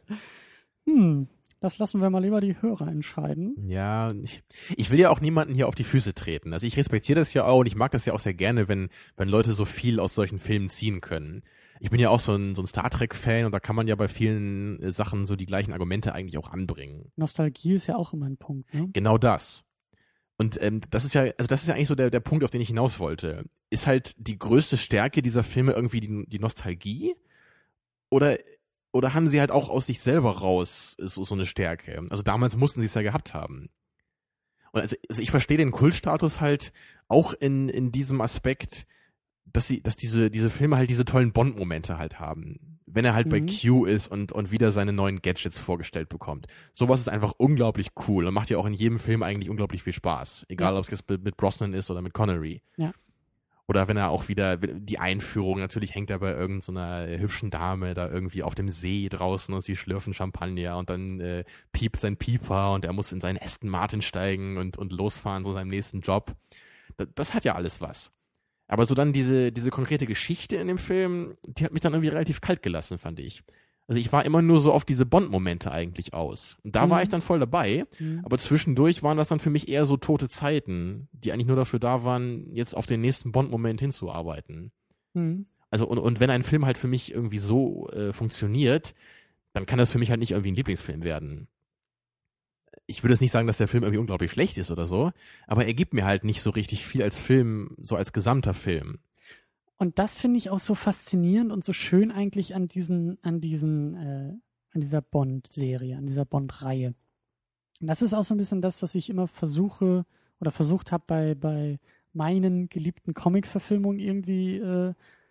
hm, das lassen wir mal lieber die Hörer entscheiden. Ja, ich, ich will ja auch niemanden hier auf die Füße treten. Also ich respektiere das ja auch und ich mag das ja auch sehr gerne, wenn, wenn Leute so viel aus solchen Filmen ziehen können. Ich bin ja auch so ein, so ein Star Trek-Fan und da kann man ja bei vielen äh, Sachen so die gleichen Argumente eigentlich auch anbringen. Nostalgie ist ja auch immer ein Punkt, ne? Genau das. Und ähm, das ist ja, also das ist ja eigentlich so der, der Punkt, auf den ich hinaus wollte. Ist halt die größte Stärke dieser Filme irgendwie die, die Nostalgie? Oder, oder haben sie halt auch aus sich selber raus so, so eine Stärke? Also damals mussten sie es ja gehabt haben. Und also, also ich verstehe den Kultstatus halt auch in, in diesem Aspekt, dass sie, dass diese, diese Filme halt diese tollen Bond-Momente halt haben. Wenn er halt mhm. bei Q ist und, und wieder seine neuen Gadgets vorgestellt bekommt. Sowas ist einfach unglaublich cool und macht ja auch in jedem Film eigentlich unglaublich viel Spaß. Egal, ja. ob es jetzt mit Brosnan ist oder mit Connery. Ja. Oder wenn er auch wieder, die Einführung, natürlich hängt er bei irgendeiner so hübschen Dame da irgendwie auf dem See draußen und sie schlürfen Champagner und dann äh, piept sein Pieper und er muss in seinen Aston Martin steigen und, und losfahren zu seinem nächsten Job. Das, das hat ja alles was. Aber so dann diese, diese konkrete Geschichte in dem Film, die hat mich dann irgendwie relativ kalt gelassen, fand ich. Also ich war immer nur so auf diese Bond-Momente eigentlich aus. Und da mhm. war ich dann voll dabei, mhm. aber zwischendurch waren das dann für mich eher so tote Zeiten, die eigentlich nur dafür da waren, jetzt auf den nächsten Bond-Moment hinzuarbeiten. Mhm. Also und, und wenn ein Film halt für mich irgendwie so äh, funktioniert, dann kann das für mich halt nicht irgendwie ein Lieblingsfilm werden. Ich würde jetzt nicht sagen, dass der Film irgendwie unglaublich schlecht ist oder so, aber er gibt mir halt nicht so richtig viel als Film, so als gesamter Film. Und das finde ich auch so faszinierend und so schön eigentlich an diesen, an diesen, äh, an dieser Bond-Serie, an dieser Bond-Reihe. Und das ist auch so ein bisschen das, was ich immer versuche oder versucht habe bei, bei meinen geliebten Comic-Verfilmungen irgendwie äh,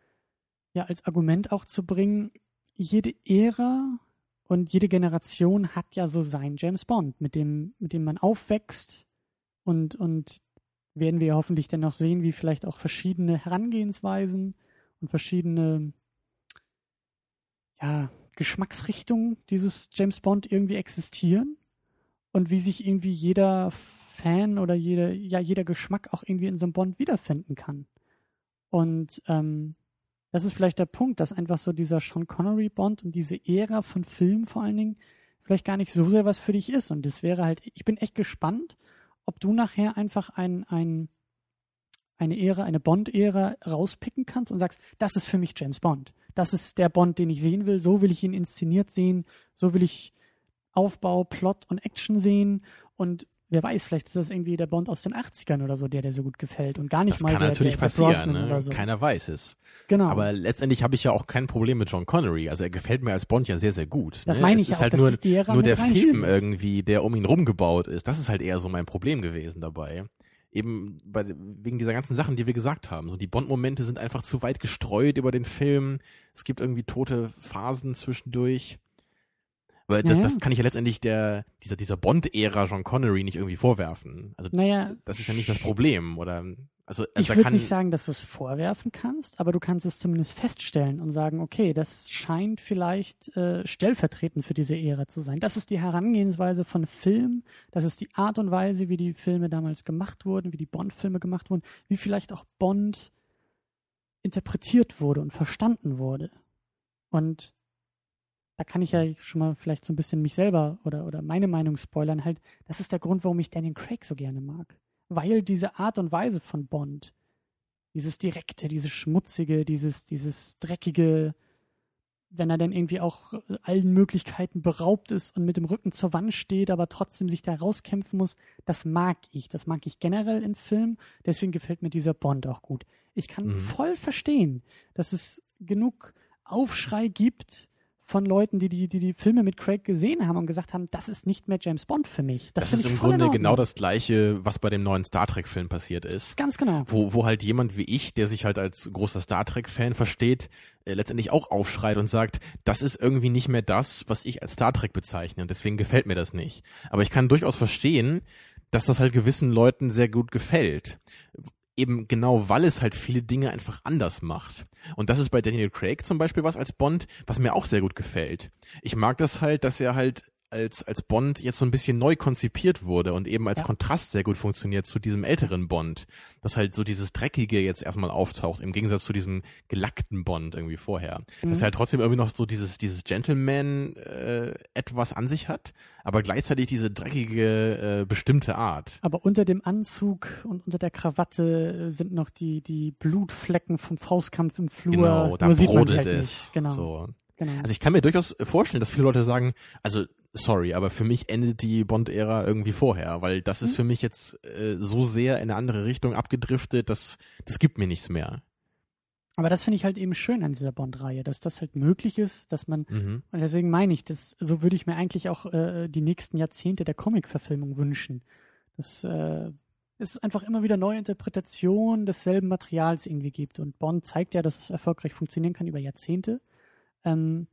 ja als Argument auch zu bringen. Jede Ära und jede Generation hat ja so seinen James Bond, mit dem, mit dem man aufwächst und, und werden wir hoffentlich dann noch sehen, wie vielleicht auch verschiedene Herangehensweisen und verschiedene ja, Geschmacksrichtungen dieses James Bond irgendwie existieren und wie sich irgendwie jeder Fan oder jede, ja, jeder Geschmack auch irgendwie in so einem Bond wiederfinden kann. Und ähm, das ist vielleicht der Punkt, dass einfach so dieser Sean Connery Bond und diese Ära von Filmen vor allen Dingen vielleicht gar nicht so sehr was für dich ist. Und das wäre halt, ich bin echt gespannt, ob du nachher einfach ein, ein, eine Ära, eine Bond-Ära rauspicken kannst und sagst, das ist für mich James Bond. Das ist der Bond, den ich sehen will. So will ich ihn inszeniert sehen. So will ich Aufbau, Plot und Action sehen. Und wer weiß, vielleicht ist das irgendwie der Bond aus den achtzigern oder so, der dir so gut gefällt und gar nicht das mal kann der, natürlich der, der passieren, Brosnan ne? oder so. Keiner weiß es. Genau. Aber letztendlich habe ich ja auch kein Problem mit John Connery. Also er gefällt mir als Bond ja sehr, sehr gut. Das ne? meine es ich ist auch, halt dass nur, die, die Ära nur der mit reinspielt. Film irgendwie, der um ihn rumgebaut ist. Das ist halt eher so mein Problem gewesen dabei. Eben bei, wegen dieser ganzen Sachen, die wir gesagt haben. So die Bond-Momente sind einfach zu weit gestreut über den Film. Es gibt irgendwie tote Phasen zwischendurch. Aber naja. das, das kann ich ja letztendlich der, dieser, dieser Bond-Ära John Connery nicht irgendwie vorwerfen. Also naja, das ist ja nicht das Problem. Oder also, also ich da würde kann, nicht sagen, dass du es vorwerfen kannst, aber du kannst es zumindest feststellen und sagen, okay, das scheint vielleicht äh, stellvertretend für diese Ära zu sein. Das ist die Herangehensweise von Film, das ist die Art und Weise, wie die Filme damals gemacht wurden, wie die Bond-Filme gemacht wurden, wie vielleicht auch Bond interpretiert wurde und verstanden wurde. Und da kann ich ja schon mal vielleicht so ein bisschen mich selber oder, oder meine Meinung spoilern. Halt, das ist der Grund, warum ich Daniel Craig so gerne mag. Weil diese Art und Weise von Bond, dieses Direkte, dieses Schmutzige, dieses, dieses Dreckige, wenn er dann irgendwie auch allen Möglichkeiten beraubt ist und mit dem Rücken zur Wand steht, aber trotzdem sich da rauskämpfen muss, das mag ich. Das mag ich generell in Filmen. Deswegen gefällt mir dieser Bond auch gut. Ich kann Mhm. voll verstehen, dass es genug Aufschrei gibt von Leuten, die die, die die Filme mit Craig gesehen haben und gesagt haben, das ist nicht mehr James Bond für mich. Das, Das, finde ist ich im voll in Grunde Ordnung. genau das Gleiche, was bei dem neuen Star Trek-Film passiert ist. Ganz genau. Wo, wo halt jemand wie ich, der sich halt als großer Star Trek-Fan versteht, äh, letztendlich auch aufschreit und sagt, das ist irgendwie nicht mehr das, was ich als Star Trek bezeichne und deswegen gefällt mir das nicht. Aber ich kann durchaus verstehen, dass das halt gewissen Leuten sehr gut gefällt. Eben genau, weil es halt viele Dinge einfach anders macht. Und das ist bei Daniel Craig zum Beispiel was als Bond, was mir auch sehr gut gefällt. Ich mag das halt, dass er halt als, als Bond jetzt so ein bisschen neu konzipiert wurde und eben als Ja. Kontrast sehr gut funktioniert zu diesem älteren Bond. Dass halt so dieses Dreckige jetzt erstmal auftaucht, im Gegensatz zu diesem gelackten Bond irgendwie vorher. Mhm. Dass er halt trotzdem irgendwie noch so dieses, dieses Gentleman äh, etwas an sich hat, aber gleichzeitig diese dreckige, äh, bestimmte Art. Aber unter dem Anzug und unter der Krawatte äh, sind noch die, die Blutflecken vom Faustkampf im Flur. Genau, da Nur sieht man's brodelt halt es. nicht. Genau. So. genau. Also ich kann mir durchaus vorstellen, dass viele Leute sagen, also sorry, aber für mich endet die Bond-Ära irgendwie vorher, weil das ist Hm. für mich jetzt äh, so sehr in eine andere Richtung abgedriftet, dass das gibt mir nichts mehr. Aber das finde ich halt eben schön an dieser Bond-Reihe, dass das halt möglich ist, dass man, Mhm. und deswegen meine ich, das, so würde ich mir eigentlich auch äh, die nächsten Jahrzehnte der Comic-Verfilmung wünschen. Das äh, es einfach immer wieder neue Interpretationen desselben Materials irgendwie gibt. Und Bond zeigt ja, dass es erfolgreich funktionieren kann über Jahrzehnte. Ähm,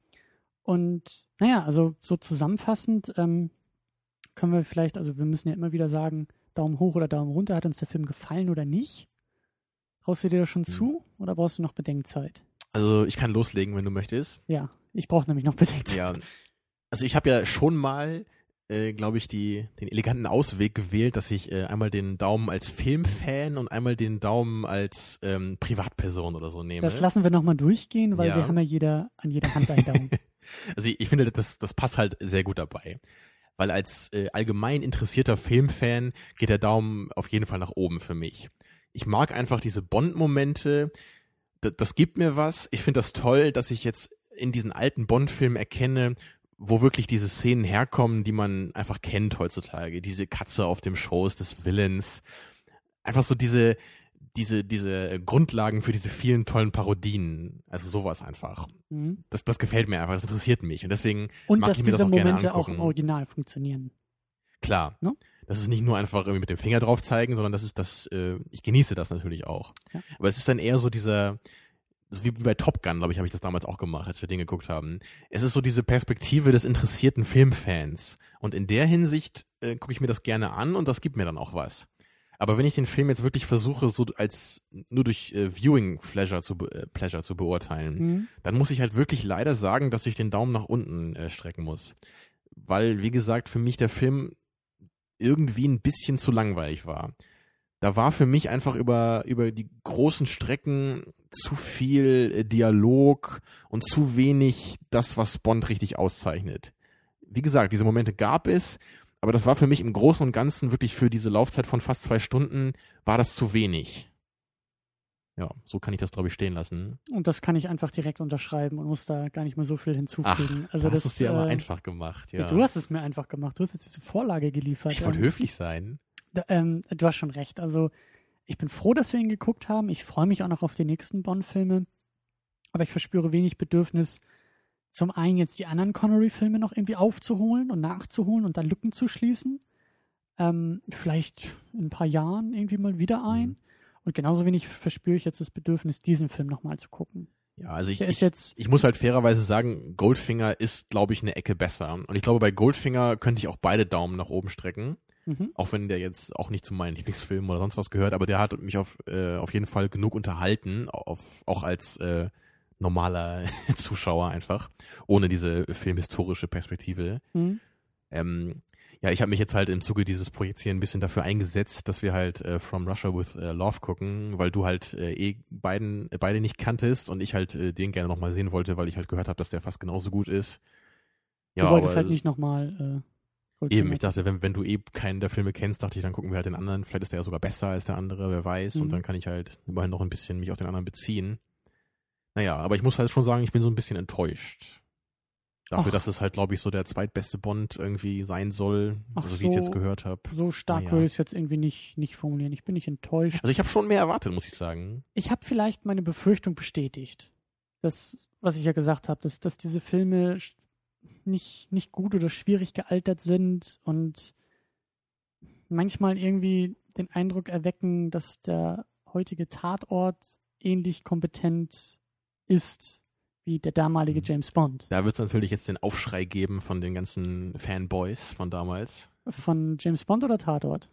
und naja, also so zusammenfassend ähm, können wir vielleicht, also wir müssen ja immer wieder sagen, Daumen hoch oder Daumen runter, hat uns der Film gefallen oder nicht? Traust du dir das schon Hm. zu oder brauchst du noch Bedenkzeit? Also ich kann loslegen, wenn du möchtest. Ja, ich brauche nämlich noch Bedenkzeit. Ja, also ich habe ja schon mal, äh, glaube ich, die, den eleganten Ausweg gewählt, dass ich äh, einmal den Daumen als Filmfan und einmal den Daumen als ähm, Privatperson oder so nehme. Das lassen wir nochmal durchgehen, weil Ja. wir haben ja jeder an jeder Hand einen Daumen. Also ich, ich finde, das, das passt halt sehr gut dabei. Weil als äh, allgemein interessierter Filmfan geht der Daumen auf jeden Fall nach oben für mich. Ich mag einfach diese Bond-Momente, das, das gibt mir was. Ich finde das toll, dass ich jetzt in diesen alten Bond-Filmen erkenne, wo wirklich diese Szenen herkommen, die man einfach kennt heutzutage. Diese Katze auf dem Schoß des Villains. Einfach so diese, diese, diese Grundlagen für diese vielen tollen Parodien. Also sowas einfach. Mhm. Das, das gefällt mir einfach, das interessiert mich. Und deswegen Und mag dass ich mir das diese auch gerne Momente auch angucken. im Original funktionieren. Klar. Ne? Das ist nicht nur einfach irgendwie mit dem Finger drauf zeigen, sondern das ist das, äh, ich genieße das natürlich auch. Ja. Aber es ist dann eher so dieser, wie bei Top Gun, glaube ich, habe ich das damals auch gemacht, als wir den geguckt haben. Es ist so diese Perspektive des interessierten Filmfans. Und in der Hinsicht äh, gucke ich mir das gerne an und das gibt mir dann auch was. Aber wenn ich den Film jetzt wirklich versuche, so als nur durch äh, Viewing Pleasure zu, be- äh, Pleasure zu beurteilen, Mhm. dann muss ich halt wirklich leider sagen, dass ich den Daumen nach unten äh, strecken muss. Weil, wie gesagt, für mich der Film irgendwie ein bisschen zu langweilig war. Da war für mich einfach über, über die großen Strecken zu viel äh, Dialog und zu wenig das, was Bond richtig auszeichnet. Wie gesagt, diese Momente gab es, aber das war für mich im Großen und Ganzen wirklich für diese Laufzeit von fast zwei Stunden, war das zu wenig. Ja, so kann ich das, glaube ich, stehen lassen. Und das kann ich einfach direkt unterschreiben und muss da gar nicht mehr so viel hinzufügen. Ach, also da hast du das, es dir aber äh, einfach gemacht, ja. ja, du hast es mir einfach gemacht. Du hast jetzt diese Vorlage geliefert. Ich wollte Ähm, höflich sein. Da, ähm, du hast schon recht. Also ich bin froh, dass wir ihn geguckt haben. Ich freue mich auch noch auf die nächsten Bond-Filme. Aber ich verspüre wenig Bedürfnis, zum einen jetzt die anderen Connery-Filme noch irgendwie aufzuholen und nachzuholen und da Lücken zu schließen. Ähm, vielleicht in ein paar Jahren irgendwie mal wieder ein. Mhm. Und genauso wenig verspüre ich jetzt das Bedürfnis, diesen Film nochmal zu gucken. Ja, also ich, Der ist ich, jetzt, ich muss halt fairerweise sagen, Goldfinger ist, glaube ich, eine Ecke besser. Und ich glaube, bei Goldfinger könnte ich auch beide Daumen nach oben strecken. mhm. Auch wenn der jetzt auch nicht zu meinen Lieblingsfilmen oder sonst was gehört, aber der hat mich auf, äh, auf jeden Fall genug unterhalten, auf, auch als äh, normaler Zuschauer einfach, ohne diese filmhistorische Perspektive. Mhm. Ähm, ja, ich habe mich jetzt halt im Zuge dieses Projekts hier ein bisschen dafür eingesetzt, dass wir halt äh, From Russia with äh, Love gucken, weil du halt äh, eh beiden, äh, beide nicht kanntest und ich halt äh, den gerne nochmal sehen wollte, weil ich halt gehört habe, dass der fast genauso gut ist. Ja, Du wolltest aber halt nicht nochmal äh, eben, ich dachte, wenn, wenn du eh keinen der Filme kennst, dachte ich, dann gucken wir halt den anderen. Vielleicht ist der ja sogar besser als der andere, wer weiß. Mhm. Und dann kann ich halt immerhin noch ein bisschen mich auf den anderen beziehen. Naja, aber ich muss halt schon sagen, ich bin so ein bisschen enttäuscht. Dafür, Ach. dass es halt, glaube ich, so der zweitbeste Bond irgendwie sein soll, Ach also wie ich es so. jetzt gehört habe. So stark Naja. würde ich es jetzt irgendwie nicht, nicht formulieren. Ich bin nicht enttäuscht. Also ich habe schon mehr erwartet, muss ich sagen. Ich habe vielleicht meine Befürchtung bestätigt. Das, was ich ja gesagt habe, dass, dass diese Filme sch- nicht, nicht gut oder schwierig gealtert sind und manchmal irgendwie den Eindruck erwecken, dass der heutige Tatort ähnlich kompetent ist wie der damalige Mhm. James Bond. Da wird es natürlich jetzt den Aufschrei geben von den ganzen Fanboys von damals. Von James Bond oder Tatort?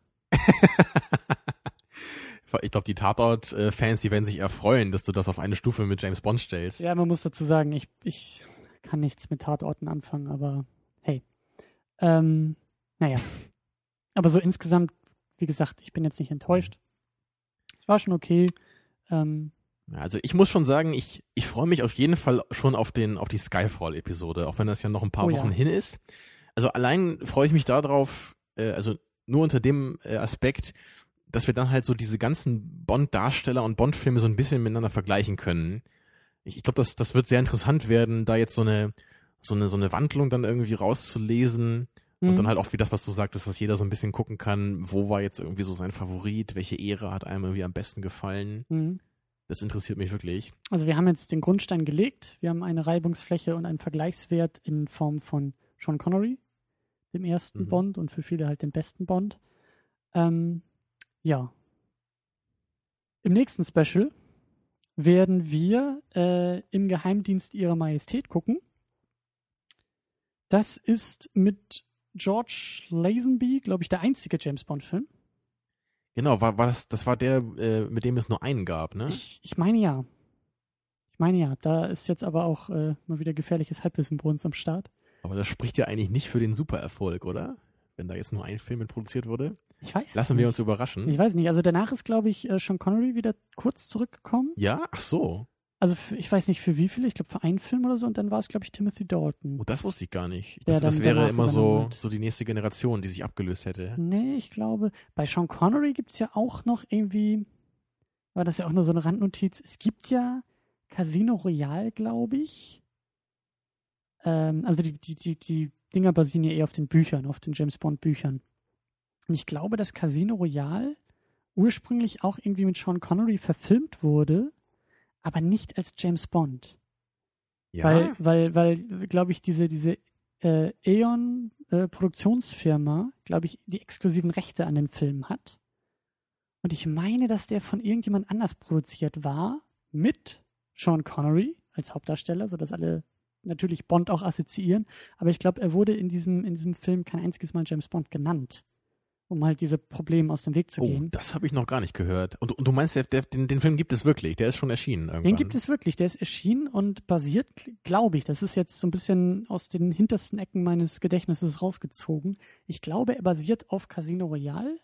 Ich glaube, die Tatort-Fans, die werden sich eher freuen, dass du das auf eine Stufe mit James Bond stellst. Ja, man muss dazu sagen, ich, ich kann nichts mit Tatorten anfangen, aber hey. Ähm, naja. Aber so insgesamt, wie gesagt, ich bin jetzt nicht enttäuscht. Es war schon okay. Ähm, Also ich muss schon sagen, ich, ich freue mich auf jeden Fall schon auf den auf die Skyfall-Episode, auch wenn das ja noch ein paar Oh ja. Wochen hin ist. Also allein freue ich mich darauf, äh, also nur unter dem äh, Aspekt, dass wir dann halt so diese ganzen Bond-Darsteller und Bond-Filme so ein bisschen miteinander vergleichen können. Ich, ich glaube, das, das wird sehr interessant werden, da jetzt so eine, so eine, so eine Wandlung dann irgendwie rauszulesen. Und mhm. dann halt auch wie das, was du sagtest, dass jeder so ein bisschen gucken kann, wo war jetzt irgendwie so sein Favorit, welche Ära hat einem irgendwie am besten gefallen. Mhm. Das interessiert mich wirklich. Also wir haben jetzt den Grundstein gelegt. Wir haben eine Reibungsfläche und einen Vergleichswert in Form von Sean Connery, dem ersten Mhm. Bond und für viele halt den besten Bond. Ähm, ja. Im nächsten Special werden wir äh, im Geheimdienst Ihrer Majestät gucken. Das ist mit George Lazenby, glaube ich, der einzige James Bond-Film. Genau, war, war das, das war der, äh, mit dem es nur einen gab, ne? Ich, ich meine ja. Ich meine ja. Da ist jetzt aber auch äh, mal wieder gefährliches Halbwissen bei uns am Start. Aber das spricht ja eigentlich nicht für den Supererfolg, oder? Wenn da jetzt nur ein Film mit produziert wurde. Ich weiß Lassen nicht. wir uns überraschen. Ich weiß nicht. Also danach ist, glaube ich, äh, Sean Connery wieder kurz zurückgekommen. Ja? Ach so. Also für, ich weiß nicht für wie viele. Ich glaube für einen Film oder so. Und dann war es, glaube ich, Timothy Dalton. Oh, das wusste ich gar nicht. Der Das, das dann wäre danach immer so, übernommen hat. so die nächste Generation, die sich abgelöst hätte. Nee, ich glaube, bei Sean Connery gibt es ja auch noch irgendwie, war das ja auch nur so eine Randnotiz, es gibt ja Casino Royale, glaube ich. Ähm, also die, die, die, die Dinger basieren ja eher auf den Büchern, auf den James Bond Büchern. Und ich glaube, dass Casino Royale ursprünglich auch irgendwie mit Sean Connery verfilmt wurde, aber nicht als James Bond. Ja? Weil, weil, weil, glaube ich, diese, diese äh, Aeon äh, Produktionsfirma, glaube ich, die exklusiven Rechte an den Film hat. Und ich meine, dass der von irgendjemand anders produziert war, mit Sean Connery als Hauptdarsteller, sodass alle natürlich Bond auch assoziieren. Aber ich glaube, er wurde in diesem, in diesem Film kein einziges Mal James Bond genannt, um halt diese Probleme aus dem Weg zu Oh, gehen. das habe ich noch gar nicht gehört. Und, und du meinst, der, der, den, den Film gibt es wirklich? Der ist schon erschienen irgendwann? Den gibt es wirklich, der ist erschienen und basiert, glaube ich, das ist jetzt so ein bisschen aus den hintersten Ecken meines Gedächtnisses rausgezogen. Ich glaube, er basiert auf Casino Royale,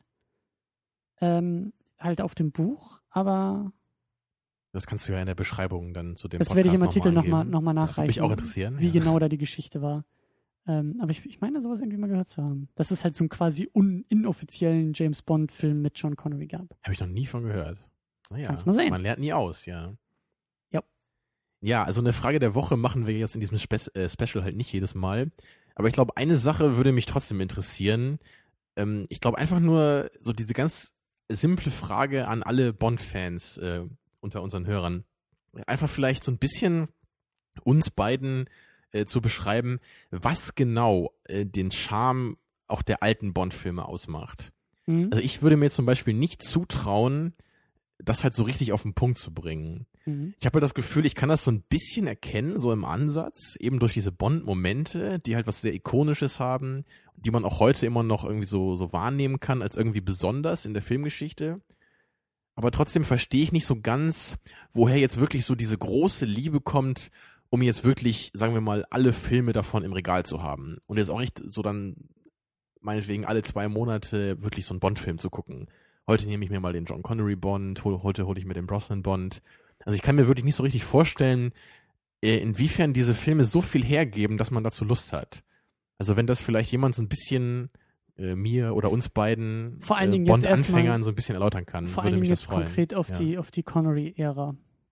ähm, halt auf dem Buch, aber Das kannst du ja in der Beschreibung dann zu dem das Podcast werde ich im Artikel nochmal angeben. noch mal Ja, nachreichen, würde mich auch interessieren. wie ja. genau da die Geschichte war. Ähm, aber ich, ich meine, sowas irgendwie mal gehört zu haben. Dass es halt so einen quasi un, inoffiziellen James Bond-Film mit Sean Connery gab. Habe ich noch nie von gehört. Naja, Kannst mal sehen. Man lernt nie aus, ja. Ja. Ja, also eine Frage der Woche machen wir jetzt in diesem Spe äh, Special halt nicht jedes Mal. Aber ich glaube, eine Sache würde mich trotzdem interessieren. Ähm, ich glaube einfach nur so diese ganz simple Frage an alle Bond-Fans äh, unter unseren Hörern. Einfach vielleicht so ein bisschen uns beiden äh, zu beschreiben, was genau äh, den Charme auch der alten Bond-Filme ausmacht. Mhm. Also ich würde mir zum Beispiel nicht zutrauen, das halt so richtig auf den Punkt zu bringen. Mhm. Ich habe halt das Gefühl, ich kann das so ein bisschen erkennen, so im Ansatz, eben durch diese Bond-Momente, die halt was sehr Ikonisches haben, die man auch heute immer noch irgendwie so, so wahrnehmen kann, als irgendwie besonders in der Filmgeschichte. Aber trotzdem verstehe ich nicht so ganz, woher jetzt wirklich so diese große Liebe kommt, um jetzt wirklich, sagen wir mal, alle Filme davon im Regal zu haben. Und jetzt auch echt so dann, meinetwegen alle zwei Monate wirklich so einen Bond-Film zu gucken. Heute nehme ich mir mal den John Connery Bond, hol, heute hole ich mir den Brosnan Bond. Also ich kann mir wirklich nicht so richtig vorstellen, äh, inwiefern diese Filme so viel hergeben, dass man dazu Lust hat. Also wenn das vielleicht jemand so ein bisschen äh, mir oder uns beiden Vor allen äh, Dingen jetzt Bond-Anfängern erstmal- so ein bisschen erläutern kann, Vor würde allen Dingen mich das jetzt freuen. konkret auf Ja. die, auf die Connery-Ära.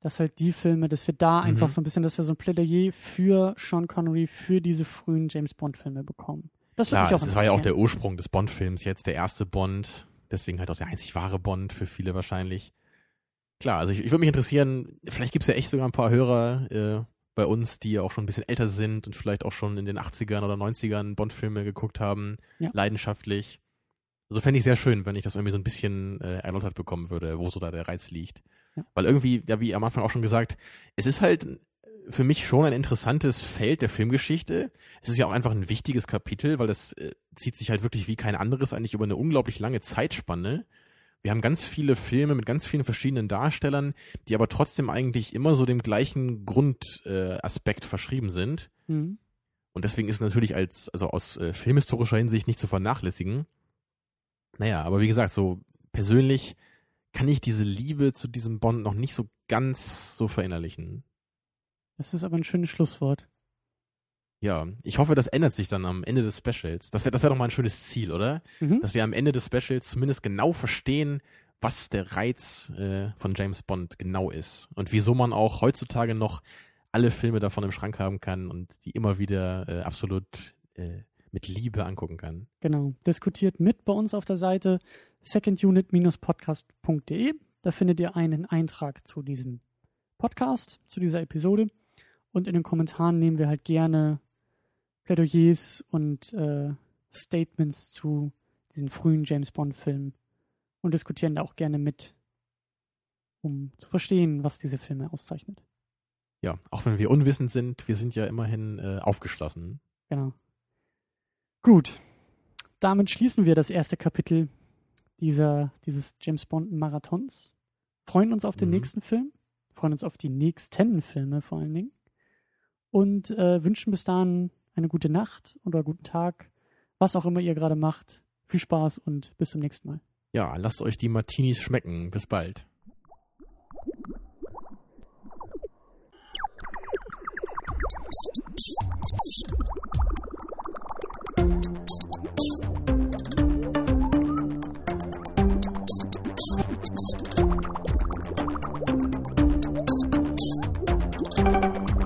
dass halt die Filme, dass wir da einfach Mhm. so ein bisschen, dass wir so ein Plädoyer für Sean Connery, für diese frühen James-Bond-Filme bekommen. Das würde Klar, mich auch das war ja auch der interessieren. Ursprung des Bond-Films jetzt, der erste Bond. Deswegen halt auch der einzig wahre Bond für viele wahrscheinlich. Klar, also ich, ich würde mich interessieren, vielleicht gibt es ja echt sogar ein paar Hörer äh, bei uns, die ja auch schon ein bisschen älter sind und vielleicht auch schon in den achtzigern oder neunzigern Bond-Filme geguckt haben, Ja. leidenschaftlich. Also fände ich sehr schön, wenn ich das irgendwie so ein bisschen äh, erläutert bekommen würde, wo so da der Reiz liegt. Ja. Weil irgendwie, ja wie am Anfang auch schon gesagt, es ist halt für mich schon ein interessantes Feld der Filmgeschichte. Es ist ja auch einfach ein wichtiges Kapitel, weil das äh, zieht sich halt wirklich wie kein anderes eigentlich über eine unglaublich lange Zeitspanne. Wir haben ganz viele Filme mit ganz vielen verschiedenen Darstellern, die aber trotzdem eigentlich immer so dem gleichen Grundaspekt äh, Aspekt verschrieben sind. Mhm. Und deswegen ist es natürlich als, also aus äh, filmhistorischer Hinsicht nicht zu vernachlässigen. Naja, aber wie gesagt, so persönlich kann ich diese Liebe zu diesem Bond noch nicht so ganz so verinnerlichen. Das ist aber ein schönes Schlusswort. Ja, ich hoffe, das ändert sich dann am Ende des Specials. Das wäre das wär doch mal ein schönes Ziel, oder? Mhm. Dass wir am Ende des Specials zumindest genau verstehen, was der Reiz äh, von James Bond genau ist. Und wieso man auch heutzutage noch alle Filme davon im Schrank haben kann und die immer wieder äh, absolut äh, mit Liebe angucken kann. Genau. Diskutiert mit bei uns auf der Seite second unit dash podcast punkt de. Da findet ihr einen Eintrag zu diesem Podcast, zu dieser Episode. Und in den Kommentaren nehmen wir halt gerne Plädoyers und äh, Statements zu diesen frühen James-Bond-Filmen und diskutieren da auch gerne mit, um zu verstehen, was diese Filme auszeichnet. Ja, auch wenn wir unwissend sind, wir sind ja immerhin äh, aufgeschlossen. Genau. Gut. Damit schließen wir das erste Kapitel dieser, dieses James-Bond-Marathons. Freuen uns auf den Mhm. nächsten Film. Freuen uns auf die nächsten Filme vor allen Dingen. Und äh, wünschen bis dahin eine gute Nacht oder guten Tag, was auch immer ihr gerade macht. Viel Spaß und bis zum nächsten Mal. Ja, lasst euch die Martinis schmecken. Bis bald.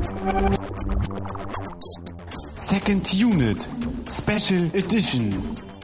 Second Unit Special Edition.